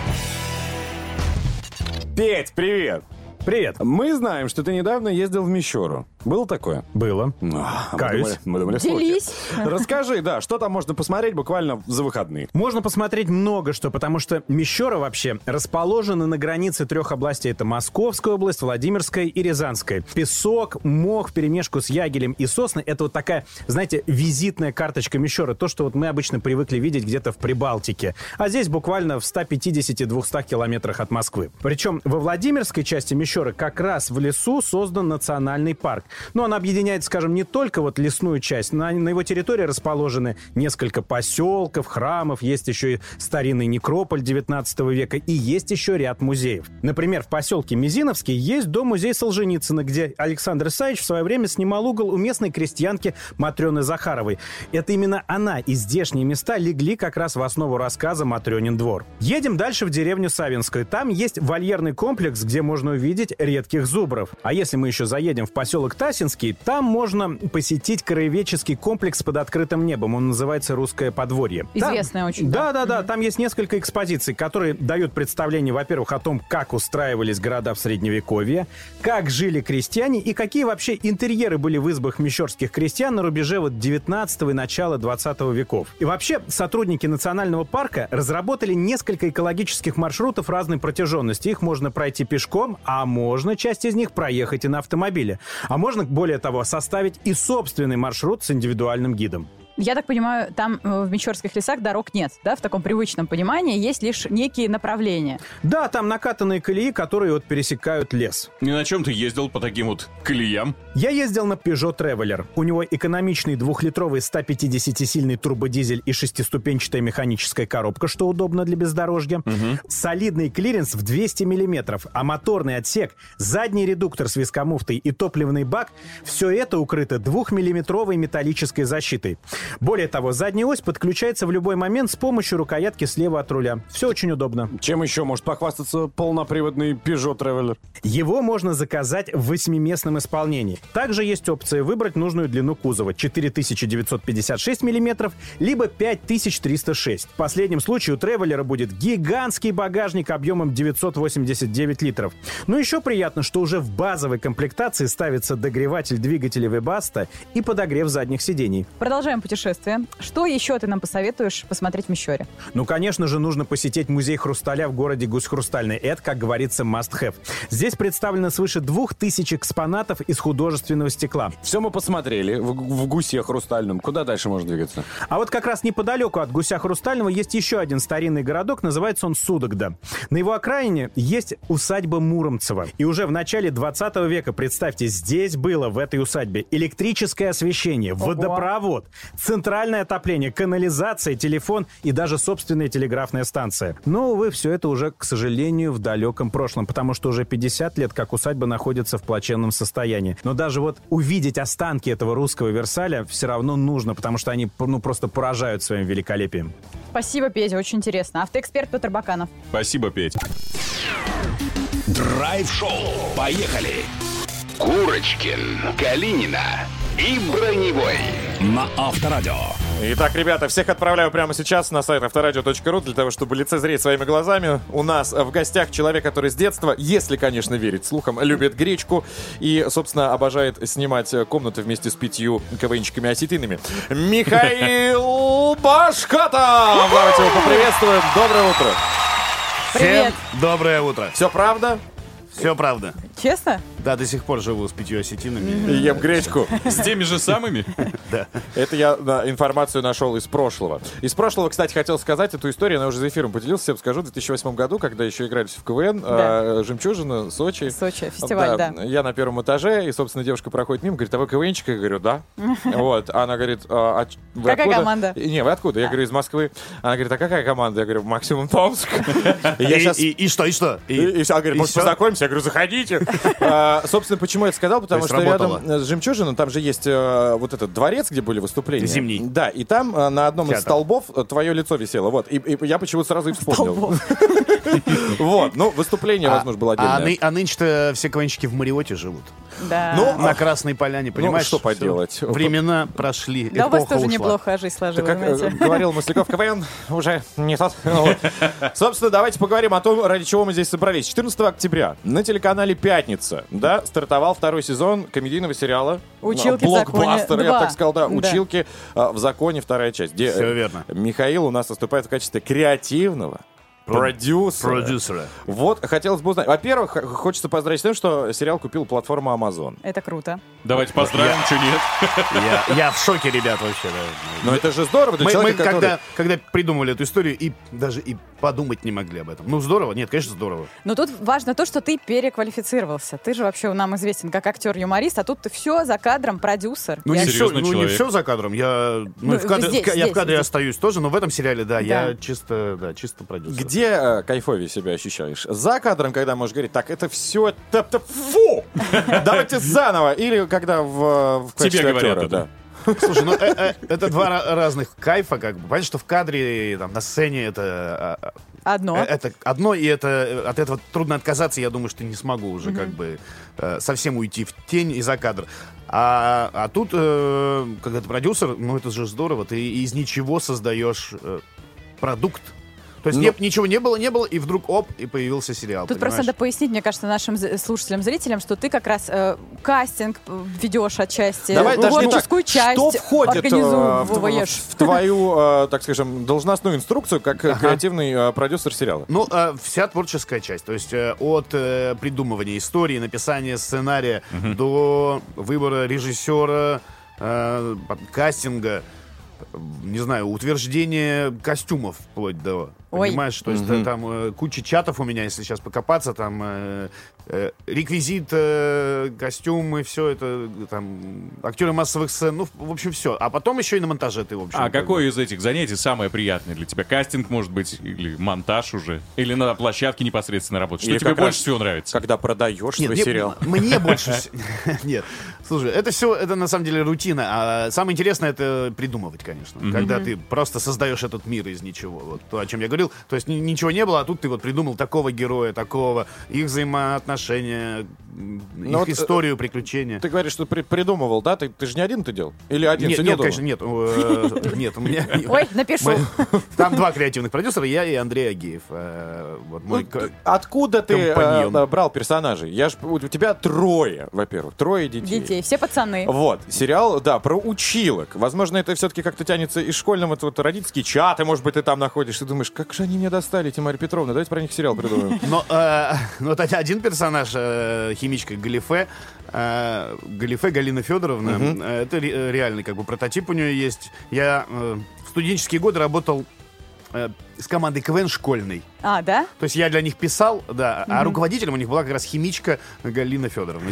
Петь, привет! Привет. Мы знаем, что ты недавно ездил в Мещеру. Было такое? Было. Каюсь. Мы думали, делись. Расскажи, да, что там можно посмотреть буквально за выходные? Можно посмотреть много что, потому что Мещера вообще расположена на границе 3 областей. Это Московская область, Владимирская и Рязанская. Песок, мох вперемешку с ягелем и сосны — это вот такая, знаете, визитная карточка Мещеры. То, что вот мы обычно привыкли видеть где-то в Прибалтике. А здесь буквально в 150-200 километрах от Москвы. Причем во Владимирской части Мещеры как раз в лесу создан национальный парк. Но он объединяет, скажем, не только вот лесную часть. На его территории расположены несколько поселков, храмов, есть еще и старинный некрополь 19 века и есть еще ряд музеев. Например, в поселке Мизиновский есть дом-музей Солженицына, где Александр Исаевич в свое время снимал угол у местной крестьянки Матрёны Захаровой. Это именно она и здешние места легли как раз в основу рассказа «Матрёнин двор». Едем дальше в деревню Савинскую. Там есть вольерный комплекс, где можно увидеть редких зубров. А если мы еще заедем в поселок Тасинский, там можно посетить краеведческий комплекс под открытым небом. Он называется «Русское подворье». Известное очень. Да. Там есть несколько экспозиций, которые дают представление, во-первых, о том, как устраивались города в Средневековье, как жили крестьяне и какие вообще интерьеры были в избах мещерских крестьян на рубеже вот 19 и начала 20 веков. И вообще сотрудники национального парка разработали несколько экологических маршрутов разной протяженности. Их можно пройти пешком, а можно часть из них проехать и на автомобиле. А можно, более того, составить и собственный маршрут с индивидуальным гидом. Я так понимаю, там в Мещерских лесах дорог нет, да? В таком привычном понимании есть лишь некие направления. Да, там накатанные колеи, которые вот пересекают лес. И на чем ты ездил по таким вот колеям? Я ездил на Peugeot Traveler. У него экономичный 2-литровый 150-сильный турбодизель и 6-ступенчатая механическая коробка, что удобно для бездорожья. Солидный клиренс в 200 мм, а моторный отсек, задний редуктор с вискомуфтой и топливный бак — все это укрыто 2-миллиметровой металлической защитой. Более того, задняя ось подключается в любой момент с помощью рукоятки слева от руля. Все очень удобно. Чем еще может похвастаться полноприводный Peugeot Traveler? Его можно заказать в 8-местном исполнении. Также есть опция выбрать нужную длину кузова — 4956 мм, либо 5306. В последнем случае у Traveler будет гигантский багажник объемом 989 литров. Но еще приятно, что уже в базовой комплектации ставится догреватель двигателя Webasto и подогрев задних сидений. Продолжаем путешествие. Что еще ты нам посоветуешь посмотреть в Мещере? Ну, конечно же, нужно посетить музей хрусталя в городе Гусь Хрустальный. Это, как говорится, must-have. Здесь представлено свыше 2000 экспонатов из художественного стекла. Все мы посмотрели в Гусе Хрустальном. Куда дальше можно двигаться? А вот как раз неподалеку от Гуся Хрустального есть еще один старинный городок. Называется он Судогда. На его окраине есть усадьба Муромцева. И уже в начале 20 века, представьте, здесь было в этой усадьбе электрическое освещение, водопровод, центральное отопление, канализация, телефон и даже собственная телеграфная станция. Но, увы, все это уже, к сожалению, в далеком прошлом, потому что уже 50 лет, как усадьба находится в плачевном состоянии. Но даже вот увидеть останки этого русского Версаля все равно нужно, потому что они просто поражают своим великолепием. Спасибо, Петя, очень интересно. Автоэксперт Петр Баканов. Спасибо, Петь. Драйв-шоу. Поехали! Курочкин, Калинина и Броневой на Авторадио. Итак, ребята, всех отправляю прямо сейчас на сайт авторадио.ру для того, чтобы лицезреть своими глазами. У нас в гостях человек, который с детства, если, конечно, верить слухам, любит гречку и, собственно, обожает снимать комнаты вместе с 5 КВНчиками-осетинами. Михаил Башкатов! Давайте его поприветствуем. Доброе утро. Привет. Всем доброе утро. Все правда? Все правда. Честно? Да, до сих пор живу с 5 осетинами. И ем гречку. С теми же самыми? Да. Это я информацию нашел из прошлого. Из прошлого, кстати, хотел сказать эту историю, я уже за эфиром поделился, всем скажу. В 2008 году, когда еще игрались в КВН, «Жемчужина», Сочи. Сочи, фестиваль, да. Я на первом этаже, и, собственно, девушка проходит мимо, говорит: а вы КВНчик? Я говорю: да. Вот. Она говорит: вы какая команда? Не, вы откуда? Я говорю: из Москвы. Она говорит: а какая команда? Я говорю: максимум Томск. И что? И она говорит: может, познакомимся? Я говорю: заходите. Собственно, почему я это сказал? Потому что рядом с «Жемчужиной» там же есть вот этот дворец, где были выступления. Зимний. Да, и там на одном из столбов твое лицо висело. Вот. И я почему-то сразу и вспомнил. Вот. Ну, выступление, возможно, было отдельное. А нынче-то все КВНщики в Мариоте живут. Да. Ну, на Красной Поляне, понимаешь? Ну, что поделать? Времена прошли, да, у вас тоже ушла. неплохо жизнь сложилась. Как говорил Масляков, КВН уже не тот. Вот. Собственно, давайте поговорим о том, ради чего мы здесь собрались. 14 октября на телеканале «Пятница», да, стартовал второй сезон комедийного сериала. «Училки в законе». Блокбастер, я бы так сказал, да. «Училки в законе», вторая часть. Где все верно. Михаил у нас выступает в качестве креативного продюсера. Вот, хотелось бы узнать. Во-первых, хочется поздравить с тем, что сериал купил платформа Amazon. Это круто. Давайте поздравим, что нет. Я в шоке, ребят, вообще. Да. Но это же здорово. Мы когда придумывали эту историю, и даже подумать не могли об этом. Ну, здорово. Нет, конечно, здорово. Но тут важно то, что ты переквалифицировался. Ты же вообще нам известен как актер-юморист, а тут ты все за кадром, продюсер. Ну, не все за кадром. Я в кадре остаюсь тоже, но в этом сериале, да, я чисто продюсер. Где кайфовее себя ощущаешь? За кадром, когда можешь говорить, так, это все... Фу! Давайте заново. Или когда в тебе говорят, да. Слушай, ну это два разных кайфа, как бы. Понятно, что в кадре, там, на сцене это... Одно. Это одно, и от этого трудно отказаться. Я думаю, что не смогу уже как бы совсем уйти в тень и за кадр. А тут, когда ты продюсер, ну это же здорово. Ты из ничего создаешь продукт. То есть ничего не было, и вдруг и появился сериал. Тут просто надо пояснить, мне кажется, нашим слушателям, зрителям, что ты как раз кастинг ведешь отчасти, творческую часть что входит организовываешь. в твою, так скажем, должностную инструкцию как креативный продюсер сериала? Ну, вся творческая часть. То есть от придумывания истории, написания сценария до выбора режиссера, кастинга, не знаю, утверждение костюмов вплоть до... Понимаешь, то есть там куча чатов у меня, если сейчас покопаться, там реквизит, костюмы, все это, там, актеры массовых сцен, ну, в общем, все. А потом еще и на монтаже ты, в общем. А какое из этих занятий самое приятное для тебя? Кастинг, может быть, или монтаж уже? Или на площадке непосредственно работать? Что тебе больше всего нравится? Когда продаешь свой сериал. Мне больше... Нет. Слушай, это все, это на самом деле рутина. А самое интересное — это придумывать, конечно. Когда ты просто создаешь этот мир из ничего. Вот то, о чем я говорил. То есть ничего не было, а тут ты вот придумал такого героя, такого, их взаимоотношения, их историю, приключения. Ты говоришь, что придумывал, да? Ты же не один ты делал? Или один сидел дома? Конечно, нет. Нет, у меня... Ой, напишу. Там два креативных продюсера, я и Андрей Агеев. Откуда ты брал персонажей? У тебя трое, во-первых. Трое детей. Все пацаны. Вот. Сериал, да, про училок. Возможно, это все-таки как-то тянется из школьного, вот родительские чаты, может быть, ты там находишь. Ты думаешь, как же они меня достали, эти Марья Петровна, давайте про них сериал придумаем. Но вот один персонаж, химичка Галифе, Галина Федоровна, это реальный как бы прототип у нее есть. Я в студенческие годы работал с командой КВН школьной. А, да? То есть я для них писал, да, а руководителем у них была как раз химичка Галина Федоровна.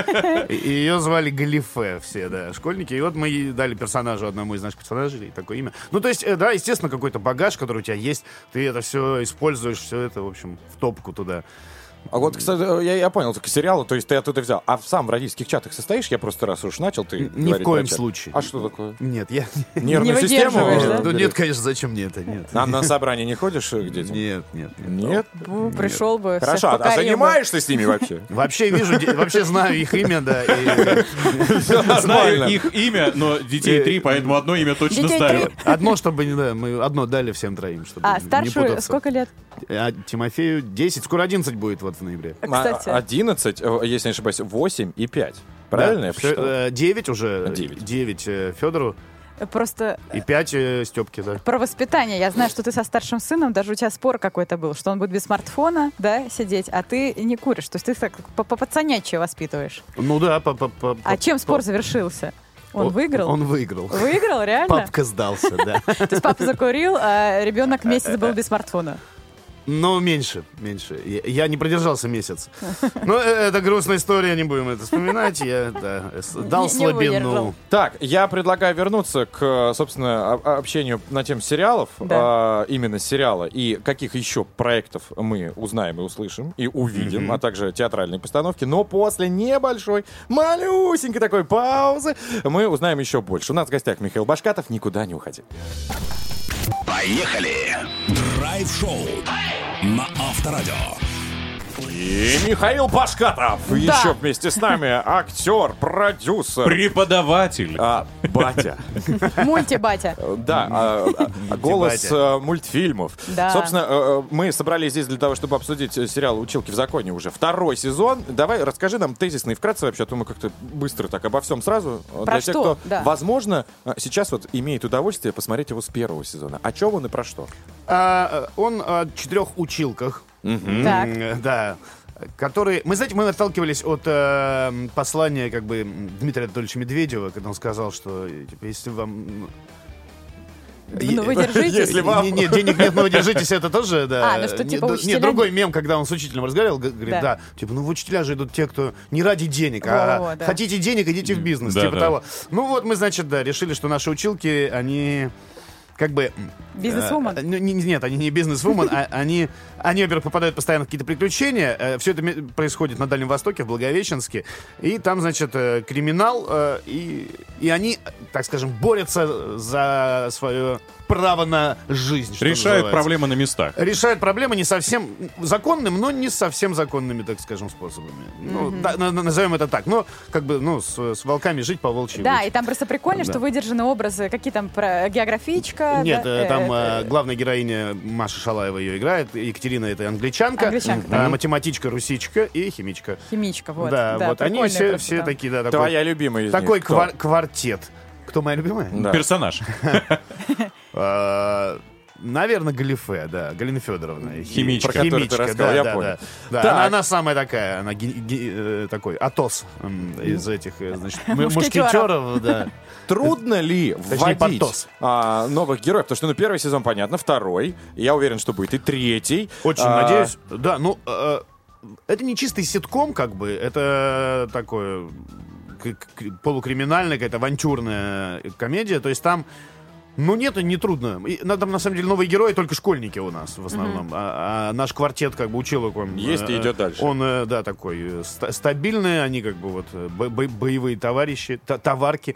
Ее звали Галифе все, да, школьники. И вот мы дали персонажу, одному из наших персонажей, такое имя. Ну, то есть, да, естественно, какой-то багаж, который у тебя есть, ты это все используешь, все это, в общем, в топку туда. А вот, кстати, я понял, только сериалы, то есть ты оттуда взял. А сам в родительских чатах состоишь? Я просто раз уж начал, ты ни в коем случае. А что такое? Нет, я... Нервную систему? Ну нет, конечно, зачем мне это? Нет. А на собрание не ходишь к детям? Нет. Нет? Пришел бы. Хорошо, а занимаешься с ними вообще? Вообще вижу, вообще знаю их имя, да. Знаю их имя, но детей 3, поэтому одно имя точно знаю. Одно, чтобы не, да, мы одно дали всем троим, чтобы А старшую сколько лет? Тимофею 10, скоро 11 будет вот в ноябре. Кстати. 11, если не ошибаюсь, 8 и 5. Правильно я посчитал? 9 уже. 9 Федору. Просто... И 5 Степке, да. Про воспитание. Я знаю, что ты со старшим сыном, даже у тебя спор какой-то был, что он будет без смартфона, да, сидеть, а ты не куришь. То есть ты так по-пацанячьи воспитываешь. Ну да, А чем спор завершился? Он выиграл? Он выиграл. Выиграл, реально? Папка сдался, да. То есть папа закурил, а ребенок месяц был без смартфона. Но меньше. Я не продержался месяц. Но это грустная история, не будем это вспоминать. Я дал слабину. Так, я предлагаю вернуться к, собственно, общению на тему сериалов. Да. Именно сериала. И каких еще проектов мы узнаем и услышим, и увидим, а также театральные постановки. Но после небольшой, малюсенькой такой паузы мы узнаем еще больше. У нас в гостях Михаил Башкатов. Никуда не уходи. Поехали! Драйв-шоу на Авторадио. И Михаил Башкатов еще вместе с нами. Актер, продюсер. Преподаватель. Батя. Мультибатя. Да, голос мультфильмов. Да. Собственно, мы собрались здесь для того, чтобы обсудить сериал «Училки в законе» уже второй сезон. Давай, расскажи нам тезисно и вкратце вообще, а то мы как-то быстро так обо всем сразу. Про для тех, что? кто, возможно, сейчас вот имеет удовольствие посмотреть его с первого сезона. О чем он и про что? Он о 4 училках. Так. Да. Которые... Мы, знаете, мы отталкивались от послания как бы, Дмитрия Анатольевича Медведева, когда он сказал, что типа, если вам... Ну, вы держитесь. Если вам... Нет, денег нет, но вы держитесь, это тоже, да. Ну что, типа, учителя... Нет, другой мем, когда он с учителем разговаривал, говорит, да, типа, ну, в учителя же идут те, кто не ради денег, а хотите денег, идите в бизнес, типа того. Ну, вот мы, значит, да, решили, что наши училки, они... как бы... Бизнес-вумен? Нет, они не бизнес-вумен, они, во-первых, попадают постоянно в какие-то приключения. Все это происходит на Дальнем Востоке, в Благовещенске. И там, значит, криминал, и они, так скажем, борются за свое право на жизнь. Решают проблемы на местах. Решают проблемы не совсем законным, но не совсем законными, так скажем, способами. Ну, назовем это так. Но, как бы, ну, с волками жить, по волчьи Да, быть. и там просто прикольно, что выдержаны образы, какие там, географичка. Нет, там главная героиня Маша Шалаева ее играет. Екатерина — это англичанка. Математичка, русичка и химичка. Химичка, вот. Да, вот они все такие, да. Твоя любимая из них. Такой квартет. Кто моя любимая? Да. Персонаж. Наверное, Галифе, да, Галина Федоровна. Химичка. Про которую ты рассказал, я понял. Да, она самая такая, она такой Атос из этих, значит, мушкетеров, да. Трудно ли вводить новых героев? Потому что, первый сезон, понятно, второй. Я уверен, что будет и третий. Очень надеюсь. Да, ну, это не чистый ситком, как бы, это такое полукриминальная, какая-то авантюрная комедия. То есть там, ну, нет, не трудно. Там, на самом деле, новые герои только школьники у нас, в основном. А наш квартет, как бы, училок, он... Есть и идет дальше. Он, да, такой стабильный, они, как бы, вот, боевые товарищи, товарки.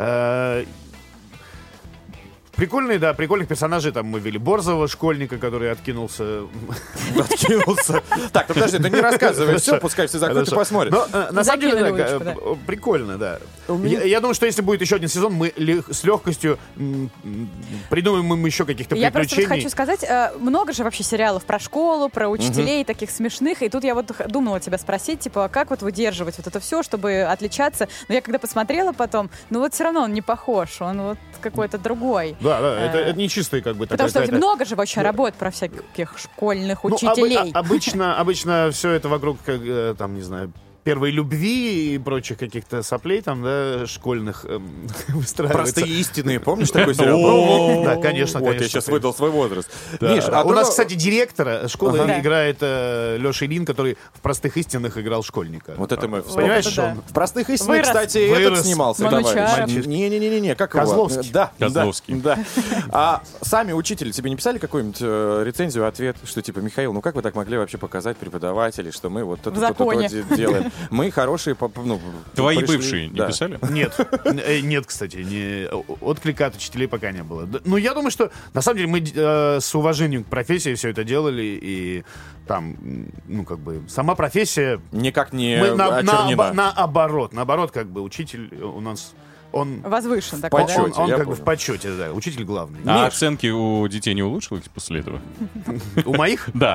Прикольные, да, прикольных персонажей там мы ввели. Борзого, школьника, который откинулся. Так, подожди, ты не рассказывай все, пускай все заходят и посмотрят. Но, на самом деле, прикольно, да. Я думаю, что если будет еще один сезон, мы с легкостью придумаем еще каких-то приключений. Я просто хочу сказать, много же вообще сериалов про школу, про учителей, таких смешных, и тут я вот думала тебя спросить, типа, как вот выдерживать вот это все, чтобы отличаться. Но я когда посмотрела потом, ну вот все равно он не похож, он вот какой-то другой. Да, это не чистый, как бы. Потому что много же вообще работ про всяких школьных учителей. Обычно все это вокруг, там, не знаю, первой любви и прочих каких-то соплей там, да, школьных выстраивается. Простые истины, помнишь такой сериал? Да, конечно. Вот, я сейчас выдал свой возраст. Миш, у нас, кстати, директора школы играет Леша Ильин, который в «Простых истинах» играл школьника. Вот это мы... Понимаешь, что он... В «Простых истинах», кстати, этот снимался, товарищ. Не-не-не, как его? Козловский. Да, Козловский. Да. А сами учители тебе не писали какую-нибудь рецензию, ответ, что типа, Михаил, ну как вы так могли вообще показать преподавателей, что мы вот это делаем? Мы хорошие... Твои бывшие не писали? Нет, кстати. Отклика от учителей пока не было. Ну, я думаю, что на самом деле мы с уважением к профессии все это делали, и там, ну, как бы, сама профессия... Никак не очернена. Наоборот, как бы, учитель у нас... Он возвышен, в почете, он как бы в почете, да, учитель главный. А оценки у детей не улучшились после этого? У моих? Да.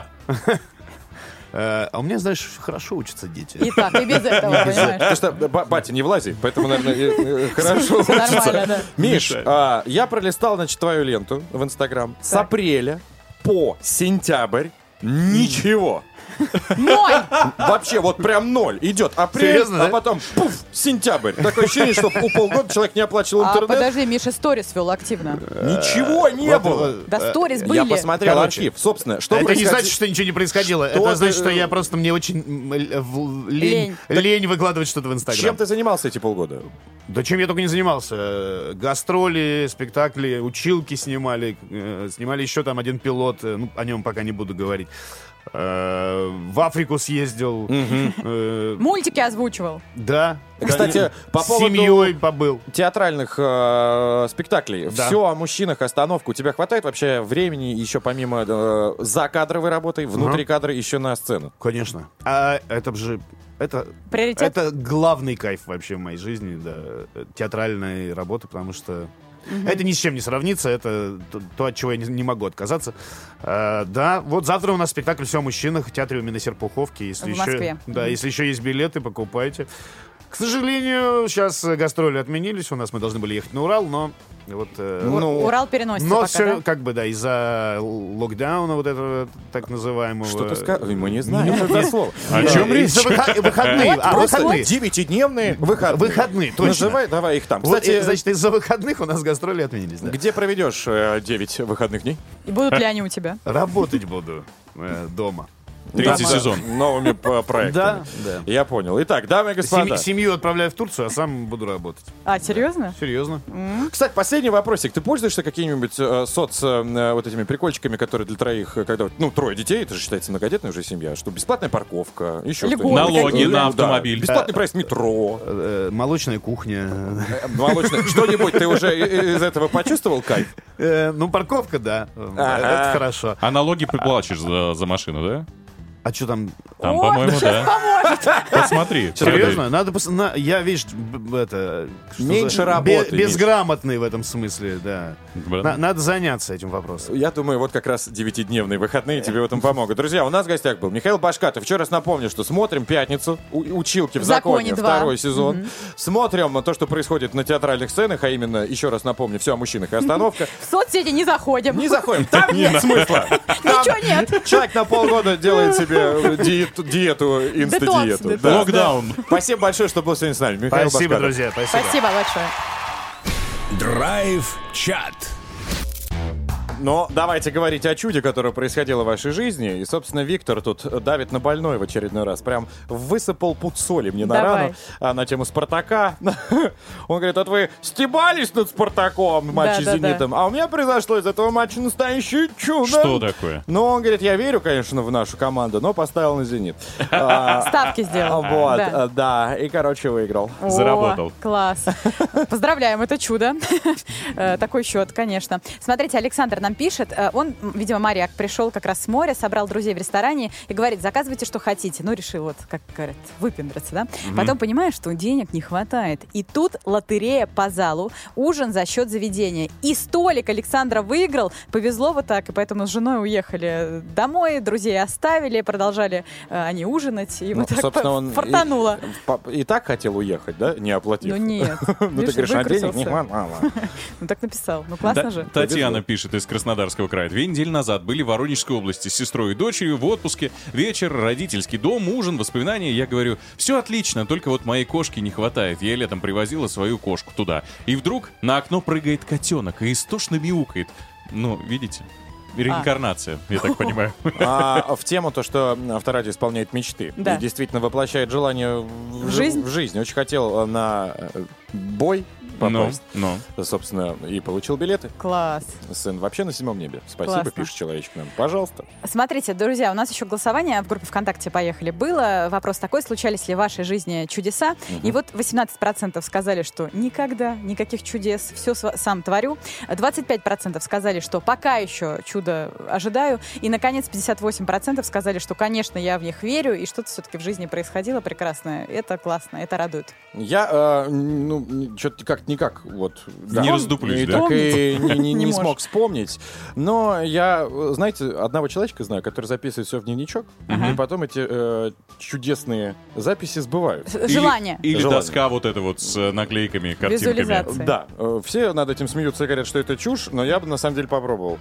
А у меня, знаешь, хорошо учатся дети. И так, и без этого, понимаешь. Потому что, батя, не влази, поэтому, наверное, хорошо учатся. Миш, я пролистал, значит, твою ленту в Инстаграм. С апреля по сентябрь ничего. Ноль! Вообще, вот прям ноль. Идет апрель, серьезно, а потом пуф, сентябрь. Такое ощущение, что у полгода человек не оплачивал интернет. Подожди, Миша сторис вел активно. Ничего не было. Да сторис были. Я посмотрел архив. Собственно, что это не значит, что ничего не происходило. Это значит, что я просто, мне очень лень выкладывать что-то в Инстаграм. Чем ты занимался эти полгода? Да чем я только не занимался. Гастроли, спектакли, училки снимали. Снимали еще там один пилот. Ну, о нем пока не буду говорить. В Африку съездил. Мультики озвучивал. Да. Кстати, по поводу семьей побыл. Театральных спектаклей. Да. Все о мужчинах, остановка. У тебя хватает вообще времени еще помимо закадровой работы, внутри кадра еще на сцену? Конечно. А это же... Это главный кайф вообще в моей жизни, да, театральной работы, потому что это ни с чем не сравнится, это то, от чего я не могу отказаться. Да, вот завтра у нас спектакль «Все о мужчинах» в театре имени Серпуховки. Если в Москве. Если еще есть билеты, покупайте. К сожалению, сейчас гастроли отменились, у нас мы должны были ехать на Урал, но Вот, Урал переносится но пока, все, да? как бы, да, из-за локдауна вот этого так называемого... Что ты сказал? Мы не знаем, что это слово. О чем речь? Выходные. Выходные. 9-дневные выходные. Выходные, точно. Давай их там. Вот, Кстати, значит, из-за выходных у нас гастроли отменились. Да. где проведешь 9 выходных дней? И будут ли они у тебя? Работать буду дома. Третий сезон. Новыми проектами. Да. Я понял. Итак, дамы и господа. Семью отправляю в Турцию, а сам буду работать. А, серьезно? Серьезно. Кстати, последний вопросик. Ты пользуешься какими-нибудь вот этими прикольчиками, которые для троих, когда, трое детей, это же считается многодетная уже семья, что бесплатная парковка, еще что-нибудь. Налоги на автомобиль. Бесплатный проезд метро. Молочная кухня. Что-нибудь ты уже из этого почувствовал кайф? Парковка, да. Это хорошо. А налоги платишь за машину, да? А что там? Там, по-моему, да. Посмотри. Серьезно? Надо я, видишь, меньше работы. Безграмотный в этом смысле, да. Надо заняться этим вопросом. Я думаю, вот как раз 9-дневные выходные тебе в этом помогут. Друзья, у нас в гостях был Михаил Башкатов. Еще раз напомню, что смотрим «Пятницу», «Училки в законе», второй сезон. Смотрим то, что происходит на театральных сценах, а именно, еще раз напомню, все о мужчинах и остановка. В соцсети не заходим. Не заходим. Там нет смысла. Ничего нет. Человек на полгода делает себе диету, инста-диету. Локдаун. Спасибо большое, что был сегодня с нами. Михаил Спасибо, Башкатов. друзья. Спасибо большое. Драйв-чат. Но давайте говорить о чуде, которое происходило в вашей жизни. И, собственно, Виктор тут давит на больной в очередной раз. Прям высыпал пуд соли мне на рану на тему «Спартака». Он говорит, вот вы стебались над «Спартаком» в матче с «Зенитом», а у меня произошло из этого матча настоящее чудо. Что такое? Ну, он говорит, я верю, конечно, в нашу команду, но поставил на «Зенит». Ставки сделал. Вот, да. И, короче, выиграл. Заработал. Класс. Поздравляем, это чудо. Такой счет, конечно. Смотрите, Александр нам пишет, он, видимо, моряк, пришел как раз с моря, собрал друзей в ресторане и говорит, заказывайте, что хотите. Ну, решил, вот, как говорят, выпендриться, да? Потом понимаешь, что денег не хватает. И тут лотерея по залу, ужин за счет заведения. И столик Александра выиграл. Повезло вот так, и поэтому с женой уехали домой, друзей оставили, продолжали они ужинать, и вот так фартануло. И так хотел уехать, да? Не оплатив. Ну, нет. Ну, ты говоришь, а денег не хватало. Ну, так написал. Ну, классно же. Татьяна пишет из Краснодарского края. 2 недели назад были в Воронежской области с сестрой и дочерью в отпуске. Вечер, родительский дом, ужин, воспоминания. Я говорю, все отлично, только вот моей кошки не хватает. Я летом привозила свою кошку туда. И вдруг на окно прыгает котенок и истошно мяукает. Ну, видите? Реинкарнация, я так понимаю. В тему то, что Авторадио исполняет мечты. Да. И действительно воплощает желание в жизнь. Очень хотел на бой попасть. Собственно, и получил билеты. Класс. Сын вообще на 7 небе. Спасибо, Классно. пишет человечек нам. Пожалуйста. Смотрите, друзья, у нас еще голосование в группе ВКонтакте «Поехали» было. Вопрос такой, случались ли в вашей жизни чудеса? И вот 18% сказали, что никогда, никаких чудес, все сам творю. 25% сказали, что пока еще чудо ожидаю. И, наконец, 58% сказали, что, конечно, я в них верю, и что-то все-таки в жизни происходило прекрасное. Это классно, это радует. Я, что-то как никак вот не раздуплюсь, да? Так и не смог вспомнить. Но я, знаете, одного человечка знаю, который записывает все в дневничок, и потом эти чудесные записи сбывают. Желание. Или доска вот эта вот с наклейками, картинками. Визуализация. Да. Все над этим смеются и говорят, что это чушь, но я бы на самом деле попробовал.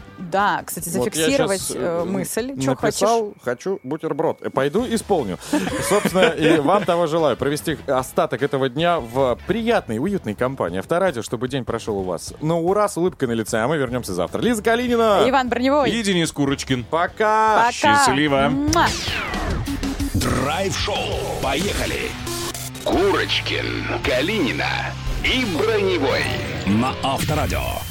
Да, кстати, зафиксировать мысль. Что написал, хочу бутерброд. Пойду исполню. Собственно, и вам того желаю. Провести остаток этого дня в приятной, уютной компании Авторадио, чтобы день прошел у вас. Ну, ура, с улыбкой на лице, а мы вернемся завтра. Лиза Калинина. Иван Броневой. И Денис Курочкин. Пока. Счастливо. Драйв-шоу. Поехали. Курочкин, Калинина и Броневой. На Авторадио.